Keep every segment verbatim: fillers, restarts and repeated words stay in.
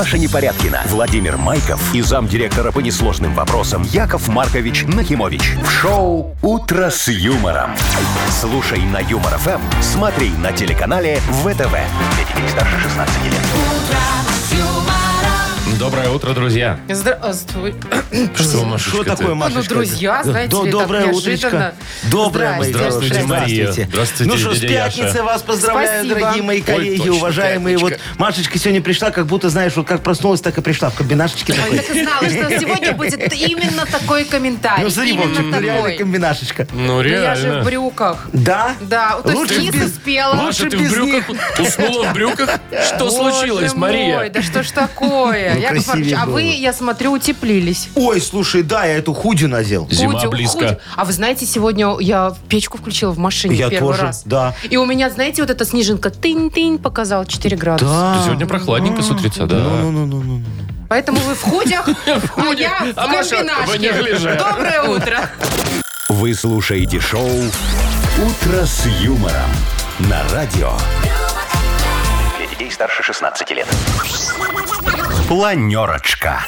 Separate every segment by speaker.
Speaker 1: Маша Непорядкина, Владимир Майков и замдиректора по несложным вопросам Яков Маркович Нахимович. В шоу «Утро с юмором». Слушай на Юмор ФМ, смотри на телеканале ВТВ. Для детей старше шестнадцати лет.
Speaker 2: Доброе утро, друзья.
Speaker 3: Здравствуй.
Speaker 2: Что, Машечка,
Speaker 4: Что такое,
Speaker 2: ты?
Speaker 4: Машечка?
Speaker 3: Ну, друзья, знаете
Speaker 4: До-
Speaker 3: ли, так
Speaker 4: Доброе
Speaker 3: неожиданно.
Speaker 4: утречко. Доброе, мои
Speaker 2: Здравствуйте,
Speaker 4: хорошие.
Speaker 2: Мария.
Speaker 4: Здравствуйте.
Speaker 2: Здравствуйте,
Speaker 4: Ну что, с
Speaker 2: дядя
Speaker 4: пятницы
Speaker 2: Яша.
Speaker 4: вас поздравляю,
Speaker 3: Спасибо.
Speaker 4: дорогие мои
Speaker 2: Ой,
Speaker 4: коллеги,
Speaker 2: точно,
Speaker 4: уважаемые. Вот
Speaker 2: пятничка.
Speaker 4: Машечка сегодня пришла, как будто, знаешь, вот как проснулась, так и пришла в комбинашечке
Speaker 3: Ой,
Speaker 4: такой.
Speaker 3: так и знала, что сегодня будет именно такой комментарий.
Speaker 4: Ну смотри, Вовчик,
Speaker 3: именно
Speaker 4: ну реально
Speaker 3: такой.
Speaker 4: комбинашечка.
Speaker 2: Ну,
Speaker 3: Ну, я же в
Speaker 2: реально.
Speaker 3: брюках.
Speaker 4: Да?
Speaker 3: Да, то есть
Speaker 4: Лучше
Speaker 3: не
Speaker 4: без-
Speaker 3: успела.
Speaker 2: Маша,
Speaker 4: лучше
Speaker 2: ты в
Speaker 4: без
Speaker 2: брюках? Уснула в брюках? Что
Speaker 3: Боже
Speaker 2: случилось,
Speaker 3: мой,
Speaker 2: Мария?
Speaker 3: да что ж такое?
Speaker 4: Ну,
Speaker 3: Яков Маркович,
Speaker 4: красивее
Speaker 3: а вы,
Speaker 4: было.
Speaker 3: я смотрю, утеплились.
Speaker 4: Ой, слушай, да, я эту худи надел.
Speaker 2: Зима
Speaker 3: Худю,
Speaker 2: близко.
Speaker 3: худю. А вы знаете, сегодня я печку включила в машине
Speaker 4: Я
Speaker 3: первый
Speaker 4: тоже,
Speaker 3: раз.
Speaker 4: да.
Speaker 3: И у меня, знаете, вот эта снежинка тынь-тынь показала четыре градуса.
Speaker 2: Да, сегодня прохладненько с утреца, да.
Speaker 4: Ну-ну-ну-ну.
Speaker 3: Поэтому вы в худях, а я в
Speaker 2: А Маша в
Speaker 3: комбинашке.
Speaker 2: неглиже.
Speaker 3: Доброе утро.
Speaker 1: Вы слушаете шоу «Утро с юмором» на радио. Для детей старше шестнадцати лет. Планерочка.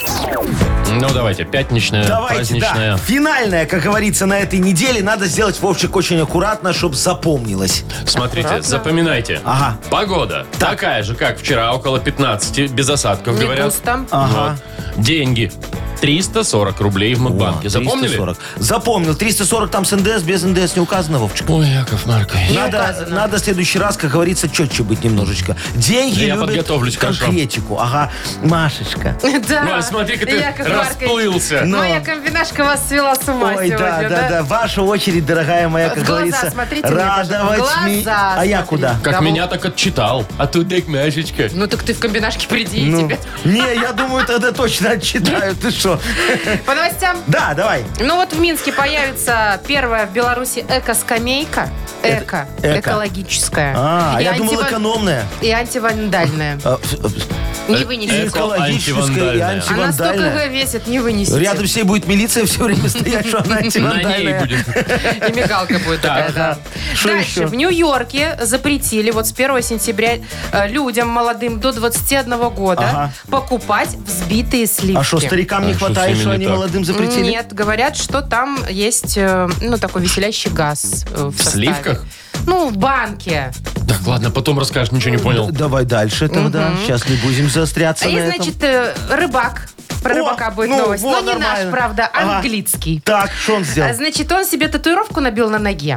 Speaker 2: Ну, давайте, пятничная,
Speaker 4: Давайте,
Speaker 2: праздничная.
Speaker 4: да. Финальная, как говорится, на этой неделе. Надо сделать, Вовчик, очень аккуратно, чтобы запомнилось.
Speaker 2: Смотрите,
Speaker 3: Аккуратно.
Speaker 2: запоминайте.
Speaker 4: Ага.
Speaker 2: Погода такая же, как вчера, около пятнадцати, без осадков,
Speaker 3: Не
Speaker 2: говорят.
Speaker 3: густо.
Speaker 4: Ага.
Speaker 2: Вот. Деньги. триста сорок рублей в Мудбанке.
Speaker 4: О,
Speaker 2: Запомнили?
Speaker 4: триста сорок. Запомнил. триста сорок там с эн дэ эс, без эн дэ эс не указано, Вовчик.
Speaker 2: Ой, Яков Маркович.
Speaker 3: Не
Speaker 4: Надо,
Speaker 3: указано.
Speaker 4: надо в следующий раз, как говорится, четче быть немножечко. Деньги
Speaker 2: Да я
Speaker 4: любят
Speaker 2: подготовлюсь, хорошо.
Speaker 4: конкретику. Ага. Машечка.
Speaker 3: Да.
Speaker 2: Ну, а смотри-ка ты
Speaker 3: Яков Маркович,
Speaker 2: расплылся.
Speaker 4: Ну.
Speaker 3: Моя комбинашка вас свела с ума
Speaker 4: Ой,
Speaker 3: сегодня,
Speaker 4: да, да, да. Ваша очередь, дорогая моя, как
Speaker 3: В глаза
Speaker 4: говорится.
Speaker 3: смотрите мне,
Speaker 4: радовать
Speaker 3: пожалуйста.
Speaker 4: ми-
Speaker 3: Глаза
Speaker 4: А я
Speaker 3: смотрите.
Speaker 4: куда?
Speaker 2: Как
Speaker 3: Да,
Speaker 2: меня так отчитал. А тут так, Машечка.
Speaker 3: Ну так ты в комбинашке приди и
Speaker 4: Ну,
Speaker 3: тебе.
Speaker 4: не, я думаю, тогда точно отчитаю. Ты что?
Speaker 3: По новостям.
Speaker 4: Да, давай.
Speaker 3: Ну вот в Минске появится первая в Беларуси эко-скамейка. Эко.
Speaker 4: эко.
Speaker 3: Экологическая.
Speaker 4: А,
Speaker 3: И
Speaker 4: я думал,
Speaker 3: антива-
Speaker 4: экономная.
Speaker 3: И антивандальная.
Speaker 4: А, ф-
Speaker 3: Не
Speaker 2: Э,
Speaker 3: вынесете.
Speaker 2: эко.
Speaker 4: Экологическая и
Speaker 2: антивандальная.
Speaker 3: Она столько
Speaker 4: антивандальная.
Speaker 3: г весит, не вынесете.
Speaker 4: Рядом с ней будет милиция все время стоять, что она
Speaker 2: На ней
Speaker 4: антивандальная.
Speaker 2: будет.
Speaker 3: И мигалка будет такая, да.
Speaker 4: Что
Speaker 3: Дальше.
Speaker 4: еще?
Speaker 3: В Нью-Йорке запретили вот с первого сентября э, людям молодым до двадцати одного года
Speaker 4: Ага.
Speaker 3: покупать взбитые сливки.
Speaker 4: А что, старикам не
Speaker 2: А что с
Speaker 4: хватает,
Speaker 2: ними
Speaker 4: что
Speaker 2: не
Speaker 4: они
Speaker 2: так?
Speaker 4: молодым запретили?
Speaker 3: Нет, говорят, что там есть э, ну такой веселящий газ э, в,
Speaker 2: В
Speaker 3: составе.
Speaker 2: сливках?
Speaker 3: Ну, в банке.
Speaker 2: Так, ладно, потом расскажешь, ничего не понял.
Speaker 4: Давай дальше тогда. Сейчас не будем заостряться
Speaker 3: А
Speaker 4: на
Speaker 3: есть,
Speaker 4: этом.
Speaker 3: значит, э, рыбак. Про
Speaker 4: О,
Speaker 3: рыбака будет
Speaker 4: ну,
Speaker 3: новость.
Speaker 4: во,
Speaker 3: Но не
Speaker 4: нормально.
Speaker 3: наш, правда,
Speaker 4: Ага.
Speaker 3: английский.
Speaker 4: Так, что он
Speaker 3: А,
Speaker 4: сделал?
Speaker 3: Значит, он себе татуировку набил на ноге.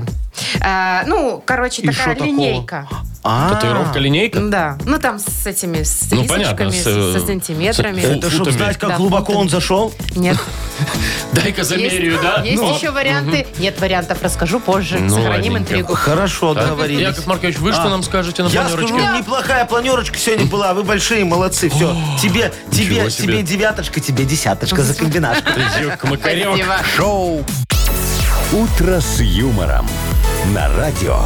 Speaker 3: А, ну, короче,
Speaker 4: И
Speaker 3: такая
Speaker 4: шо такого?
Speaker 3: линейка.
Speaker 4: А,
Speaker 2: Татуировка линейка?
Speaker 3: Да, ну там с этими с
Speaker 2: Ну,
Speaker 3: рисочками,
Speaker 2: понятно,
Speaker 3: с-
Speaker 2: с, э,
Speaker 3: со сантиметрами.
Speaker 2: с-
Speaker 4: Это чтобы
Speaker 2: футами.
Speaker 4: знать, как
Speaker 3: Да,
Speaker 4: глубоко
Speaker 3: футами.
Speaker 4: он зашел?
Speaker 3: Нет.
Speaker 2: Дай-ка замерю,
Speaker 3: есть,
Speaker 2: да?
Speaker 3: Есть
Speaker 2: Ну.
Speaker 3: еще варианты. Нет вариантов, расскажу позже.
Speaker 2: Ну,
Speaker 3: Сохраним
Speaker 2: ладненько.
Speaker 3: интригу.
Speaker 4: Хорошо,
Speaker 2: Так,
Speaker 4: договорились.
Speaker 2: Яков Маркович, вы что
Speaker 4: А.
Speaker 2: нам скажете на
Speaker 4: Я скажу,
Speaker 2: планерочке?
Speaker 4: неплохая планерочка сегодня была. Вы большие молодцы. Все. Тебе, тебе,
Speaker 2: ничего себе.
Speaker 4: тебе девяточка, тебе десяточка за комбинашку.
Speaker 2: Ёк-макарёк.
Speaker 3: Спасибо.
Speaker 1: Шоу «Утро с юмором» на радио.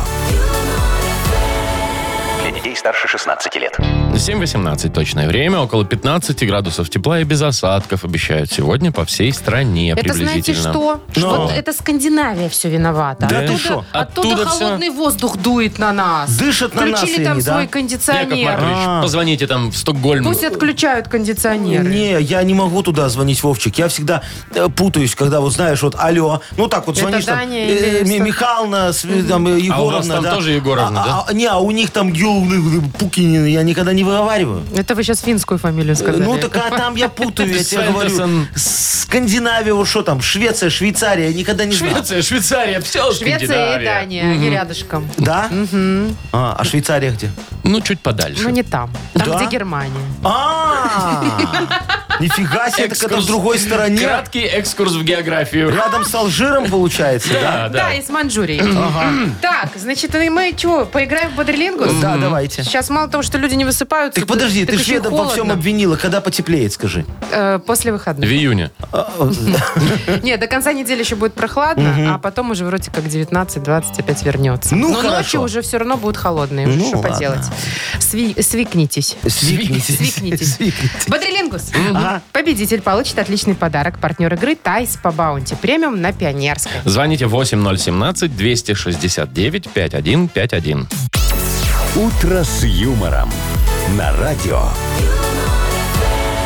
Speaker 1: Для детей старше шестнадцати лет.
Speaker 2: семь восемнадцать точное время, около пятнадцати градусов тепла и без осадков обещают сегодня по всей стране
Speaker 3: Это знаете
Speaker 2: приблизительно.
Speaker 3: что?
Speaker 4: Но.
Speaker 3: Вот это Скандинавия все виновата.
Speaker 4: Да ты
Speaker 3: оттуда,
Speaker 4: шо?
Speaker 3: оттуда
Speaker 2: Оттуда всё.
Speaker 3: холодный воздух дует на нас.
Speaker 4: Дышат на нас
Speaker 3: Включили там
Speaker 4: они, да?
Speaker 3: свой
Speaker 2: Яков
Speaker 3: кондиционер.
Speaker 2: Маркович,
Speaker 4: А.
Speaker 2: позвоните там в Стокгольм.
Speaker 3: Пусть отключают кондиционеры.
Speaker 4: Не, я не могу туда звонить, Вовчик. Я всегда э, путаюсь, когда вот знаешь, вот алло, ну так вот
Speaker 3: Это
Speaker 4: звонишь там,
Speaker 3: Даня
Speaker 4: э,
Speaker 3: или
Speaker 4: Ми-
Speaker 3: что?
Speaker 4: Михайловна, с- там, э, Егоровна,
Speaker 2: там
Speaker 4: да.
Speaker 2: тоже Егоровна,
Speaker 4: А-
Speaker 2: да?
Speaker 4: а- Не, а у них там Гео- Пукинин, я никогда не выговариваю.
Speaker 3: Это вы сейчас финскую фамилию сказали.
Speaker 4: Ну так а там я путаю, я тебе говорю.
Speaker 2: Свендерсон.
Speaker 4: Скандинавия, вот что там, Швеция, Швейцария, я никогда не знал.
Speaker 2: Швеция, Швейцария, все
Speaker 3: Швеция и Дания, они рядышком.
Speaker 4: Да? А, а Швейцария где?
Speaker 2: Ну, чуть подальше.
Speaker 3: Но не там. Там,
Speaker 4: Да?
Speaker 3: где Германия.
Speaker 4: А, нифига себе, так это в другой стороне.
Speaker 2: Краткий экскурс в географию.
Speaker 4: Рядом с Алжиром, получается, да?
Speaker 2: Да,
Speaker 3: Да,
Speaker 2: да.
Speaker 3: и с Маньчжурией. Так, значит, и мы что, поиграем в Бодрилингус?
Speaker 4: Да, давайте.
Speaker 3: Сейчас мало того, что люди не высыпаются.
Speaker 4: Так подожди,
Speaker 3: так
Speaker 4: ты
Speaker 3: еще и
Speaker 4: шведов во всем
Speaker 3: холодно.
Speaker 4: обвинила. Когда потеплеет, скажи.
Speaker 3: Э, После
Speaker 2: В
Speaker 3: выходных.
Speaker 2: июне.
Speaker 3: Нет, до конца недели еще будет прохладно, а потом уже вроде как девятнадцать-двадцать опять вернется.
Speaker 4: Ну,
Speaker 3: Но
Speaker 4: хорошо.
Speaker 3: ночью уже все равно будут холодные. Уже
Speaker 4: Ну,
Speaker 3: что
Speaker 4: ладно.
Speaker 3: поделать. Сви- Свикнитесь.
Speaker 4: Свикнитесь.
Speaker 3: Свикнитесь.
Speaker 4: Свикнитесь.
Speaker 3: Бодрилингус.
Speaker 4: Ага.
Speaker 3: Победитель получит отличный подарок. Партнер игры Тайс по Баунти. Премиум на Пионерской.
Speaker 2: Звоните восемь ноль семнадцать двести шестьдесят девять пятьдесят один пятьдесят один.
Speaker 1: «Утро с юмором» на радио.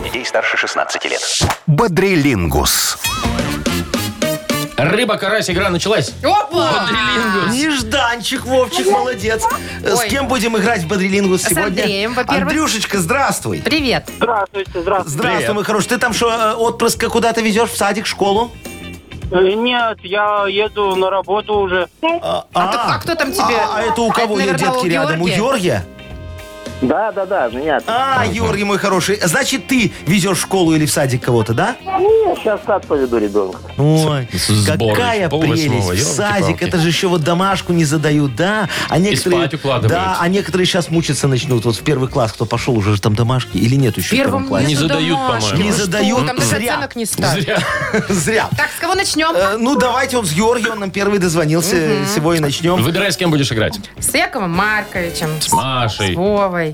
Speaker 1: детей старше шестнадцати лет. Бодрилингус.
Speaker 2: Рыба-карась, игра началась.
Speaker 3: Опа!
Speaker 2: Бодрилингус.
Speaker 4: Нежданчик, Вовчик, молодец. С
Speaker 3: Ой.
Speaker 4: кем будем играть в Бодрилингус
Speaker 3: С
Speaker 4: сегодня?
Speaker 3: Андреем, во-первых.
Speaker 4: Андрюшечка, здравствуй.
Speaker 3: Привет.
Speaker 5: Здравствуйте, здравствуйте.
Speaker 4: Здравствуй,
Speaker 2: Привет.
Speaker 4: мой хороший. Ты там что, э, отпрыска куда-то везешь? В садик, в школу?
Speaker 5: Э, Нет, я еду на работу уже.
Speaker 4: А,
Speaker 3: А, ты- а кто там тебе?
Speaker 4: А, а это у кого,
Speaker 3: А это, наверное,
Speaker 4: детки,
Speaker 3: у
Speaker 4: рядом? У
Speaker 3: Георгия?
Speaker 4: Георгия?
Speaker 5: Да, да, да, меня.
Speaker 4: А, Георгий, мой хороший. Значит, ты везешь в школу или в садик кого-то, да?
Speaker 5: Сейчас в сад поведу ребенка.
Speaker 4: Ой,
Speaker 2: С- сборы.
Speaker 4: какая
Speaker 2: Полвосьмого,
Speaker 4: прелесть. В садик,
Speaker 2: ёлки-палки.
Speaker 4: это же еще вот домашку не задают, да? А некоторые,
Speaker 2: спать укладывают.
Speaker 4: Да, а некоторые сейчас мучиться начнут. Вот в первый класс, кто пошел, уже же там домашки или нет еще
Speaker 3: В первом
Speaker 4: в первом
Speaker 2: Не
Speaker 3: нету
Speaker 2: задают,
Speaker 3: домашки.
Speaker 2: по-моему.
Speaker 4: Не
Speaker 3: Вы что?
Speaker 4: задают.
Speaker 3: Там даже
Speaker 4: Зря.
Speaker 3: оценок не ставят.
Speaker 2: Зря.
Speaker 4: Зря.
Speaker 3: Так, с кого начнем?
Speaker 4: Э, Ну, давайте он с Георгием, он нам первый дозвонился. Всего и начнем.
Speaker 2: Выбирай, с кем будешь играть.
Speaker 3: С Яковом Марковичем.
Speaker 2: С Машей.
Speaker 3: С Вовой.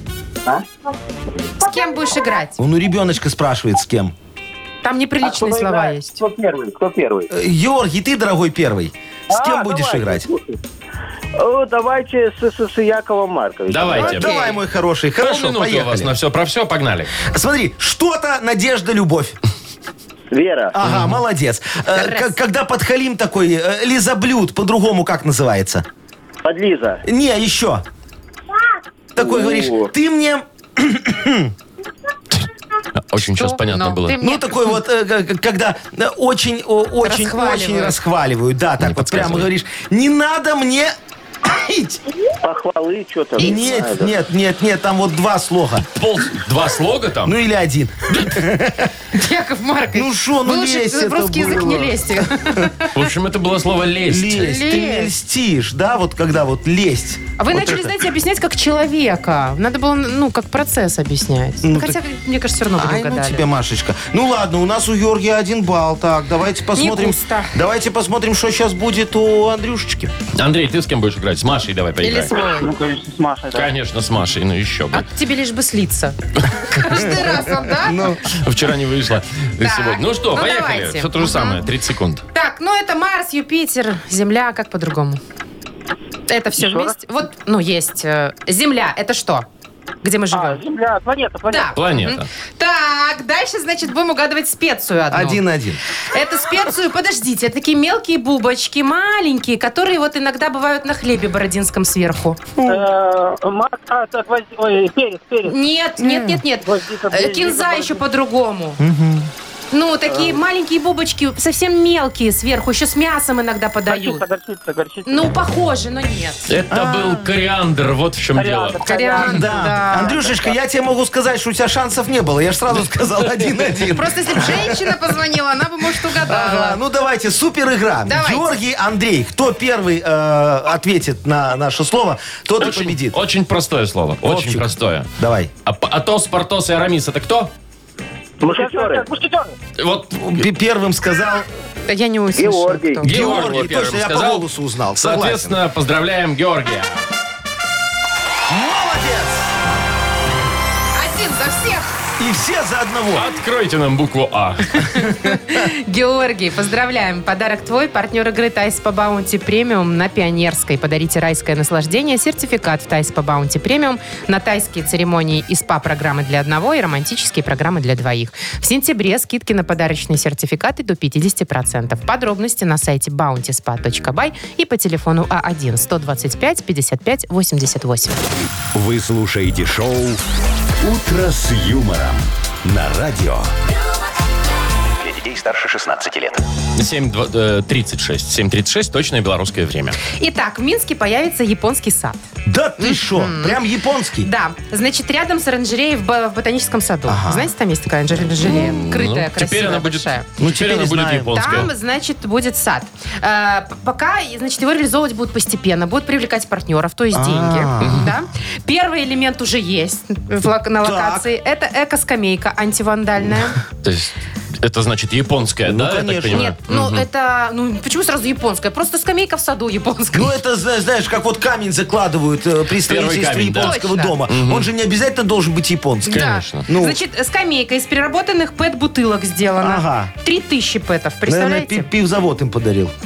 Speaker 3: С кем будешь играть?
Speaker 4: Он у ребеночка спрашивает, с кем.
Speaker 3: Там неприличные слова есть.
Speaker 5: Кто первый? Кто первый?
Speaker 4: Э, Георгий, ты, дорогой, первый. С кем
Speaker 5: А,
Speaker 4: будешь
Speaker 5: давайте,
Speaker 4: играть?
Speaker 5: слушай. О, давайте с, с- с Яковом Марковичем.
Speaker 2: Давайте.
Speaker 3: Окей.
Speaker 4: Давай, мой хороший. Хорошо,
Speaker 2: Полминуты у вас
Speaker 4: поехали.
Speaker 2: на все про все, погнали.
Speaker 4: Смотри, что-то, надежда, любовь.
Speaker 5: Вера.
Speaker 4: Ага, молодец. Э,
Speaker 3: Раз.
Speaker 4: к- Когда подхалим такой, э, лизоблюд, по-другому как называется?
Speaker 5: Подлиза.
Speaker 4: Не, еще. Такой
Speaker 5: О.
Speaker 4: говоришь, ты мне...
Speaker 2: Очень сейчас
Speaker 3: Что?
Speaker 2: понятно
Speaker 3: Ну,
Speaker 2: было.
Speaker 3: ты мне-
Speaker 4: Ну, такой вот, э, к- когда э, очень, о, очень,
Speaker 3: Расхваливают.
Speaker 4: очень расхваливают. Да, так вот
Speaker 2: подсказывай.
Speaker 4: прямо говоришь, не надо мне...
Speaker 5: Похвалы, что-то.
Speaker 4: Нет, нет, нет, нет, там вот два слога.
Speaker 2: Пол, два слога там?
Speaker 4: Ну или один.
Speaker 3: Яков Маркович.
Speaker 4: Ну шо, ну
Speaker 3: вы лучше
Speaker 4: лезть
Speaker 3: в
Speaker 4: это
Speaker 3: русский язык
Speaker 4: было.
Speaker 3: не лезьте.
Speaker 2: В общем, это было слово лезть.
Speaker 4: Лезть, ты мне
Speaker 3: Лезть.
Speaker 4: льстишь, да, вот когда вот лезть.
Speaker 3: А вы
Speaker 4: Вот
Speaker 3: начали,
Speaker 4: это.
Speaker 3: знаете, объяснять как человека. Надо было, ну, как процесс объяснять.
Speaker 4: Ну,
Speaker 3: Хотя, мне кажется, все равно бы не
Speaker 4: Ай, ну
Speaker 3: угадали.
Speaker 4: тебе, Машечка. Ну ладно, у нас у Георгия один балл. Так, давайте посмотрим.
Speaker 3: густо.
Speaker 4: Давайте посмотрим, что сейчас будет у Андрюшечки.
Speaker 2: Андрей, ты с кем будешь играть? С Машей давай
Speaker 3: Или
Speaker 2: поиграем.
Speaker 3: с Вовой.
Speaker 5: Ну, конечно, с Машей, да.
Speaker 2: Конечно, с Машей, ну еще бы.
Speaker 3: А тебе лишь бы слиться. Каждый раз он, да?
Speaker 4: Ну,
Speaker 2: Вчера не вышло.
Speaker 3: Так.
Speaker 2: Сегодня. Ну что,
Speaker 3: Ну,
Speaker 2: поехали.
Speaker 3: давайте.
Speaker 2: Все то же
Speaker 3: Мгм.
Speaker 2: самое, тридцать секунд.
Speaker 3: Так, ну это Марс, Юпитер, Земля, как по-другому? Это все
Speaker 5: Еще
Speaker 3: вместе? Вот, ну, есть э, Земля, это что? Где мы
Speaker 5: А,
Speaker 3: живем?
Speaker 5: Земля, планета, планета.
Speaker 3: Да.
Speaker 2: Планета.
Speaker 3: Мгм. Так, дальше, значит, будем угадывать специю одну.
Speaker 4: один-один.
Speaker 3: Эту специю, подождите, это такие мелкие бубочки, маленькие, которые вот иногда бывают на хлебе бородинском сверху.
Speaker 5: Э, мак- а, так, воз- ой, перец, перец.
Speaker 3: Нет, нет, нет, нет.
Speaker 5: Гвоздика,
Speaker 3: Э,
Speaker 5: гвоздика,
Speaker 3: Кинза
Speaker 5: гвоздика.
Speaker 3: еще по-другому. Ну, такие маленькие бубочки, совсем мелкие сверху, еще с мясом иногда подают.
Speaker 5: Горчица, горчица, горчица.
Speaker 3: Ну, похоже, но нет.
Speaker 2: Это был кориандр, вот в чем дело.
Speaker 5: Кориандр.
Speaker 3: Кориандр,
Speaker 4: Да.
Speaker 3: да.
Speaker 4: Андрюшечка, я тебе могу сказать, что у тебя шансов не было. Я же сразу сказал один-один.
Speaker 3: Просто если бы женщина позвонила, она бы, может,
Speaker 4: Ага,
Speaker 3: угадала.
Speaker 4: ну давайте, супер игра.
Speaker 3: Давайте.
Speaker 4: Георгий, Андрей, кто первый э, ответит на наше слово, тот и
Speaker 2: Очень,
Speaker 4: победит.
Speaker 2: очень простое слово. Очень
Speaker 4: Вовчик.
Speaker 2: простое.
Speaker 4: Давай.
Speaker 2: А П- Атос, Портос и Арамис это кто?
Speaker 5: Мушкетеры. Мушкетеры.
Speaker 2: Вот
Speaker 4: П- Первым сказал
Speaker 3: Да я не услышала.
Speaker 5: Георгий.
Speaker 3: кто.
Speaker 2: Георгий
Speaker 4: Георгий.
Speaker 2: первым
Speaker 4: Точно, я по
Speaker 2: сказал.
Speaker 4: голосу узнал. Согласен.
Speaker 2: Соответственно, поздравляем Георгия.
Speaker 4: Молодец!
Speaker 3: Один за всех.
Speaker 4: И все за одного.
Speaker 2: Откройте нам букву А.
Speaker 3: Георгий, поздравляем. Подарок твой. Партнер игры Тайс по Баунти Премиум на Пионерской. Подарите райское наслаждение. Сертификат в Тайс по Баунти Премиум на тайские церемонии и СПА-программы для одного и романтические программы для двоих. В сентябре скидки на подарочные сертификаты до пятьдесят процентов. Подробности на сайте баунти спа точка бай и по телефону А один сто двадцать пять пятьдесят пять восемьдесят восемь.
Speaker 1: Вы слушаете шоу «Утро с юмором» на радио. Для детей старше шестнадцати лет.
Speaker 2: семь тридцать шесть. семь тридцать шесть, точное белорусское время.
Speaker 3: Итак, в Минске появится японский сад.
Speaker 4: Да ты шо? Прям японский.
Speaker 3: Да, значит, рядом с оранжереей в, Бо- в ботаническом саду.
Speaker 4: Ага.
Speaker 3: Знаете, там есть такая оранжерея, крытая,
Speaker 2: Ну, теперь
Speaker 3: красивая,
Speaker 2: она будет,
Speaker 3: большая.
Speaker 4: Ну,
Speaker 2: теперь
Speaker 4: теперь
Speaker 2: она будет
Speaker 4: знаем.
Speaker 2: японская.
Speaker 3: Там, значит, будет сад. Э, п- Пока, и, значит, его реализовывать будут постепенно, будут привлекать партнеров, то есть
Speaker 4: А.
Speaker 3: деньги. Да? Первый элемент уже есть в лок- на
Speaker 4: Так.
Speaker 3: локации. Это эко-скамейка антивандальная.
Speaker 2: То есть это значит японская,
Speaker 4: Ну,
Speaker 2: да, я так
Speaker 4: конечно.
Speaker 2: понимаю?
Speaker 3: Нет, ну это... Ну, почему сразу японская? Просто скамейка в саду японская.
Speaker 4: Ну, это, зна- знаешь, как вот камень закладывают э, при строительстве
Speaker 2: камень, да.
Speaker 4: японского
Speaker 3: Точно.
Speaker 4: дома. Он же не обязательно должен быть японский.
Speaker 3: Да.
Speaker 2: Конечно.
Speaker 4: Ну.
Speaker 3: Значит, скамейка из переработанных пэт-бутылок сделана.
Speaker 4: Ага.
Speaker 3: Три тысячи пэтов,
Speaker 4: Наверное,
Speaker 3: представляете?
Speaker 4: пи- пивзавод им подарил.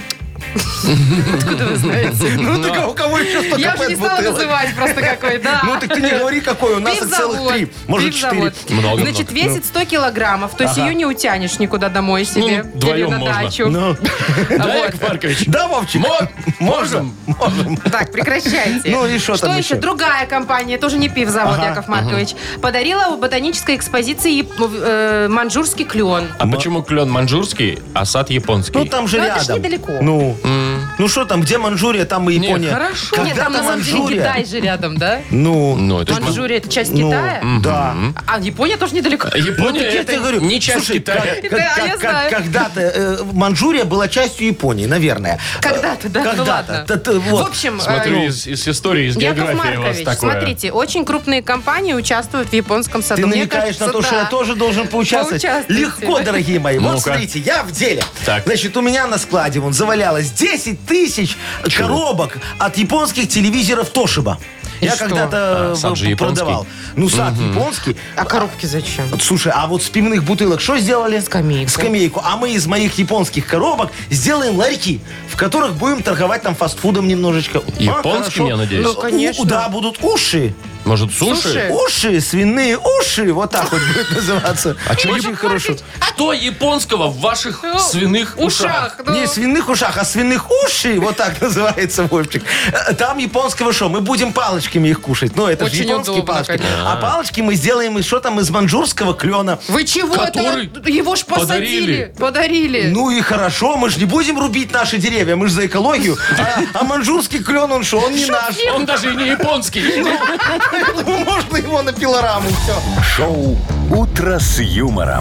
Speaker 3: Откуда вы знаете?
Speaker 4: Ну, так а у кого еще столько
Speaker 3: Я уже не стала
Speaker 4: пэт-бутылок?
Speaker 3: называть просто какой, да.
Speaker 4: Ну, так ты не говори, какой. У нас их целых
Speaker 3: Пивзавод.
Speaker 4: три. Может, четыре.
Speaker 3: Пивзавод.
Speaker 2: Много,
Speaker 3: Значит,
Speaker 2: много.
Speaker 3: весит сто килограммов, то есть
Speaker 4: Ага.
Speaker 3: ее не утянешь никуда домой себе.
Speaker 2: Ну, вдвоем
Speaker 3: или на
Speaker 2: можно.
Speaker 3: дачу.
Speaker 4: Ну,
Speaker 2: Да,
Speaker 3: Вот.
Speaker 2: Яков Маркович?
Speaker 4: да, Вовчик?
Speaker 2: Мо-
Speaker 4: Можем. Можем.
Speaker 3: Так, прекращайте.
Speaker 4: Ну и что там
Speaker 3: еще?
Speaker 4: еще?
Speaker 3: Другая компания, тоже не пивзавод,
Speaker 4: Ага.
Speaker 3: Яков Маркович, подарила в ботанической экспозиции э, манжурский клен.
Speaker 2: А почему клен манжурский, а сад японский?
Speaker 4: Ну, там же
Speaker 3: Ну, это ж
Speaker 4: рядом.
Speaker 3: недалеко.
Speaker 4: Ну, ну что там, где Манчжурия, там и
Speaker 2: Не,
Speaker 4: Япония.
Speaker 2: хорошо.
Speaker 3: Нет, там на
Speaker 4: Когда-то
Speaker 3: самом деле
Speaker 4: Манчжурия.
Speaker 3: Китай же рядом, да?
Speaker 4: Ну,
Speaker 2: Ну, это ж
Speaker 3: Манчжурия это часть
Speaker 4: ну,
Speaker 3: Китая?
Speaker 4: да.
Speaker 3: А Япония тоже недалеко.
Speaker 2: Япония
Speaker 4: Так я
Speaker 2: это
Speaker 4: тебе говорю,
Speaker 2: не часть
Speaker 4: слушай,
Speaker 2: Китая.
Speaker 4: как-
Speaker 3: Да,
Speaker 4: как-
Speaker 3: я
Speaker 4: как-
Speaker 3: знаю.
Speaker 4: Когда-то э, Манчжурия была частью Японии, наверное.
Speaker 3: Когда-то, да? Ну
Speaker 4: Когда-то.
Speaker 3: ладно.
Speaker 4: Т- т- вот.
Speaker 3: В общем,
Speaker 2: Смотрю,
Speaker 3: э,
Speaker 2: из, из истории, из
Speaker 3: Яков
Speaker 2: географии у вас
Speaker 3: Маркович,
Speaker 2: такое.
Speaker 3: смотрите, очень крупные компании участвуют в японском саду.
Speaker 4: Ты
Speaker 3: Мне
Speaker 4: намекаешь
Speaker 3: кажется,
Speaker 4: на то, что
Speaker 3: да.
Speaker 4: я тоже должен поучаствовать?
Speaker 3: Поучаствуйте.
Speaker 4: Легко, дорогие мои. Вот
Speaker 2: Ну-ка.
Speaker 4: смотрите, я в деле.
Speaker 2: Так.
Speaker 4: Значит, у меня на складе вон завалялось десять тысяч коробок от японских телевизоров Тошиба.
Speaker 3: И
Speaker 4: Я
Speaker 3: что?
Speaker 4: когда-то
Speaker 2: А,
Speaker 4: э,
Speaker 2: сад же
Speaker 4: продавал. Ну, сад японский.
Speaker 3: А коробки зачем?
Speaker 4: Вот, слушай, а вот с пивных бутылок что сделали?
Speaker 3: Скамейку.
Speaker 4: Скамейку. А мы из моих японских коробок сделаем ларьки, в которых будем торговать там фастфудом немножечко. А,
Speaker 2: Японским,
Speaker 4: хорошо.
Speaker 2: я надеюсь?
Speaker 3: Ну, конечно.
Speaker 4: У- да, будут уши.
Speaker 2: Может, суши?
Speaker 3: Суши?
Speaker 4: Уши, свиные уши. Вот так вот будет называться.
Speaker 2: А чё
Speaker 4: Очень хорошо.
Speaker 2: Что японского в ваших
Speaker 3: Ну,
Speaker 2: свиных ушах?
Speaker 3: ну.
Speaker 4: Не свиных ушах, а свиных ушей, вот так называется, Вовчик. Э, Там японского шо? Мы будем палочками их кушать. Ну, это же
Speaker 3: Очень
Speaker 4: японские
Speaker 3: удобно,
Speaker 4: палочки.
Speaker 3: конечно.
Speaker 4: А палочки мы сделаем из что там, из манчжурского клена.
Speaker 3: Вы чего?
Speaker 2: Который
Speaker 3: Это его ж посадили. Подарили.
Speaker 4: Ну и хорошо, мы же не будем рубить наши деревья, мы же за экологию. А, а манчжурский клен, он что, он не наш.
Speaker 2: Он даже и не японский.
Speaker 4: Поэтому можно его на пилораму, все.
Speaker 1: Шоу «Утро с юмором».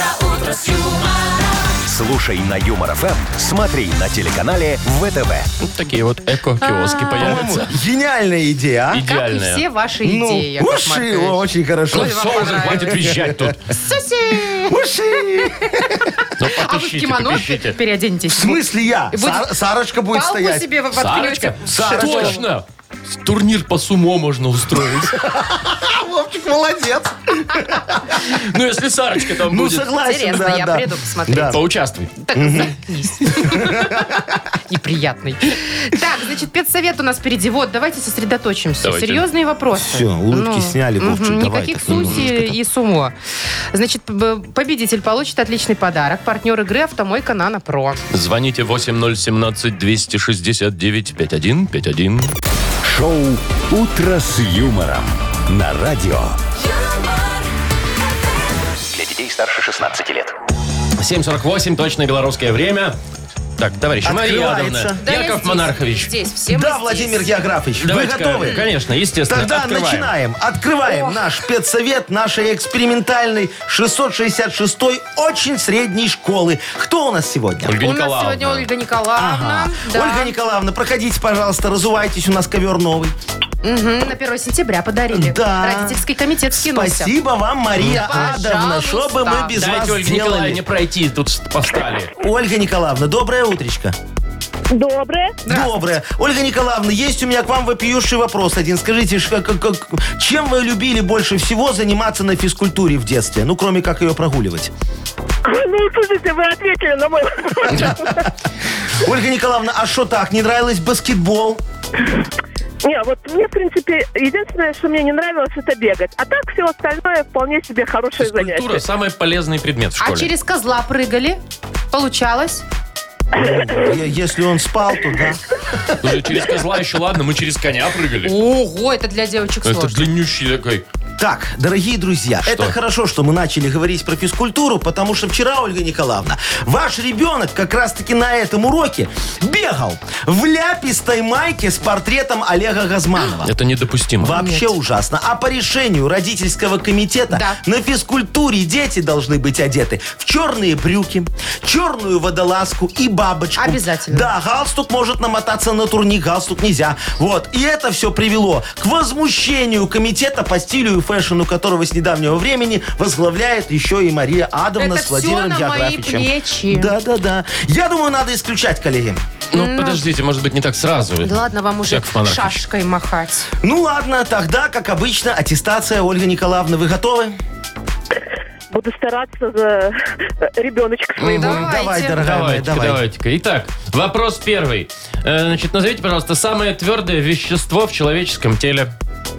Speaker 1: Слушай на Юмор ФМ, смотри на телеканале ВТВ.
Speaker 2: Вот такие вот эко-киоски появятся.
Speaker 4: Гениальная идея, а?
Speaker 3: Как и
Speaker 2: Идеальная.
Speaker 3: все ваши
Speaker 4: Ну,
Speaker 3: идеи, Яков
Speaker 4: уши,
Speaker 3: Маркович.
Speaker 4: о, очень хорошо.
Speaker 3: Ой, вам
Speaker 2: Все, уже
Speaker 3: понравилось.
Speaker 2: хватит визжать тут.
Speaker 3: Суси!
Speaker 4: Уши!
Speaker 2: Ну,
Speaker 3: А вы в
Speaker 2: потащите,
Speaker 3: кимоно
Speaker 2: потащите.
Speaker 3: переоденетесь.
Speaker 4: В смысле я?
Speaker 3: И будет-
Speaker 4: Сар- Сарочка будет
Speaker 3: Палку
Speaker 4: стоять.
Speaker 3: себе вы
Speaker 2: Сарочка?
Speaker 3: воткнете.
Speaker 2: Точно! Турнир по сумо можно устроить.
Speaker 4: А, Вовчик, молодец.
Speaker 2: Ну, если Сарочка там
Speaker 4: Ну,
Speaker 2: будет.
Speaker 4: согласен,
Speaker 3: Интересно,
Speaker 4: да,
Speaker 3: я
Speaker 4: да.
Speaker 3: приду посмотреть.
Speaker 4: Да.
Speaker 2: Поучаствуй.
Speaker 3: Так, заткнись. Неприятный. Так, значит, педсовет у нас впереди. Вот, давайте сосредоточимся.
Speaker 2: Давайте.
Speaker 3: Серьезные вопросы.
Speaker 4: Всё, улыбки сняли,
Speaker 3: мгм,
Speaker 4: Вовчик, давай
Speaker 3: Никаких
Speaker 4: так немножечко
Speaker 3: суси
Speaker 4: так.
Speaker 3: и сумо. Значит, п- победитель получит отличный подарок. Партнер игры «Автомойка Нано Про».
Speaker 2: Звоните восемь ноль семнадцать двести шестьдесят девять пятьдесят один пятьдесят один.
Speaker 1: Шоу «Утро с юмором» на радио. Для детей старше шестнадцати лет.
Speaker 2: семь сорок восемь, точное белорусское время. Так, товарищи, Мария
Speaker 4: Открывается.
Speaker 2: Адовна,
Speaker 3: Да, я
Speaker 2: Яков
Speaker 3: здесь,
Speaker 2: Монархович.
Speaker 3: Здесь, все мы
Speaker 4: Да,
Speaker 3: здесь.
Speaker 4: Владимир Географович, вы
Speaker 2: Давайте-ка,
Speaker 4: готовы?
Speaker 2: Конечно, естественно.
Speaker 4: Тогда
Speaker 2: открываем.
Speaker 4: начинаем. Открываем наш педсовет нашей экспериментальной шестьсот шестьдесят шестой очень средней школы. Кто у нас сегодня?
Speaker 2: Ольга
Speaker 3: У нас
Speaker 2: Николаевна.
Speaker 3: сегодня Ольга Николаевна.
Speaker 4: Ага.
Speaker 3: Да.
Speaker 4: Ольга Николаевна, проходите, пожалуйста, разувайтесь, у нас ковер новый.
Speaker 3: Мгм, на первое сентября подарили.
Speaker 4: Да.
Speaker 3: Родительский комитет скинулся.
Speaker 4: Спасибо вам, Мария
Speaker 3: Пожалуйста.
Speaker 4: Адовна, что бы мы без
Speaker 2: Дайте
Speaker 4: вас
Speaker 2: Ольге Николаевне
Speaker 4: делали.
Speaker 2: пройти, тут повстали.
Speaker 4: Ольга Николаевна, доброе утречко.
Speaker 5: Доброе.
Speaker 4: Доброе. Ольга Николаевна, есть у меня к вам вопиющий вопрос один. Скажите, ш- как- как- чем вы любили больше всего заниматься на физкультуре в детстве? Ну, кроме как ее прогуливать.
Speaker 5: Ну, слушайте, вы ответили на мой вопрос.
Speaker 4: Ольга Николаевна, а что так, не нравилось баскетбол?
Speaker 5: Не, вот мне, в принципе, единственное, что мне не нравилось, это бегать. А так все остальное вполне себе хорошее
Speaker 2: Физкультура
Speaker 5: занятие.
Speaker 2: самый полезный предмет в школе.
Speaker 3: А через козла прыгали? Получалось?
Speaker 4: Е- Если он спал, то да.
Speaker 2: Слушай, через козла еще ладно, мы через коня прыгали.
Speaker 3: Ого, это для девочек
Speaker 2: Это
Speaker 3: сложно.
Speaker 2: длиннющий такой.
Speaker 4: Так, дорогие друзья,
Speaker 2: Что?
Speaker 4: это хорошо, что мы начали говорить про физкультуру, потому что вчера, Ольга Николаевна, ваш ребенок как раз-таки на этом уроке бегал в ляпистой майке с портретом Олега Газманова.
Speaker 2: Это недопустимо.
Speaker 4: Вообще
Speaker 3: Нет.
Speaker 4: ужасно. А по решению родительского комитета
Speaker 3: Да.
Speaker 4: на физкультуре дети должны быть одеты в черные брюки, черную водолазку и бабочку.
Speaker 3: Обязательно.
Speaker 4: Да, галстук может намотаться на турник, галстук нельзя. Вот. И это все привело к возмущению комитета по стилю и фэшну, которого с недавнего времени возглавляет еще и Мария Адовна
Speaker 3: Это
Speaker 4: с Владимиром
Speaker 3: всё на мои
Speaker 4: Географовичем.
Speaker 3: плечи.
Speaker 4: Да-да-да. Я думаю, надо исключать, коллеги.
Speaker 2: Ну, подождите, может быть, не так сразу.
Speaker 3: Да ладно вам уже
Speaker 2: Яков Монархович.
Speaker 3: шашкой махать.
Speaker 4: Ну ладно, тогда, как обычно, аттестация. Ольга Николаевна, вы готовы?
Speaker 5: Буду стараться за ребеночка своего.
Speaker 3: Давайте.
Speaker 4: Давай, дорогая моя,
Speaker 2: Давайте-ка,
Speaker 4: давай.
Speaker 2: давайте-ка. Итак, вопрос первый. Э, Значит, назовите, пожалуйста, самое твердое вещество в человеческом теле.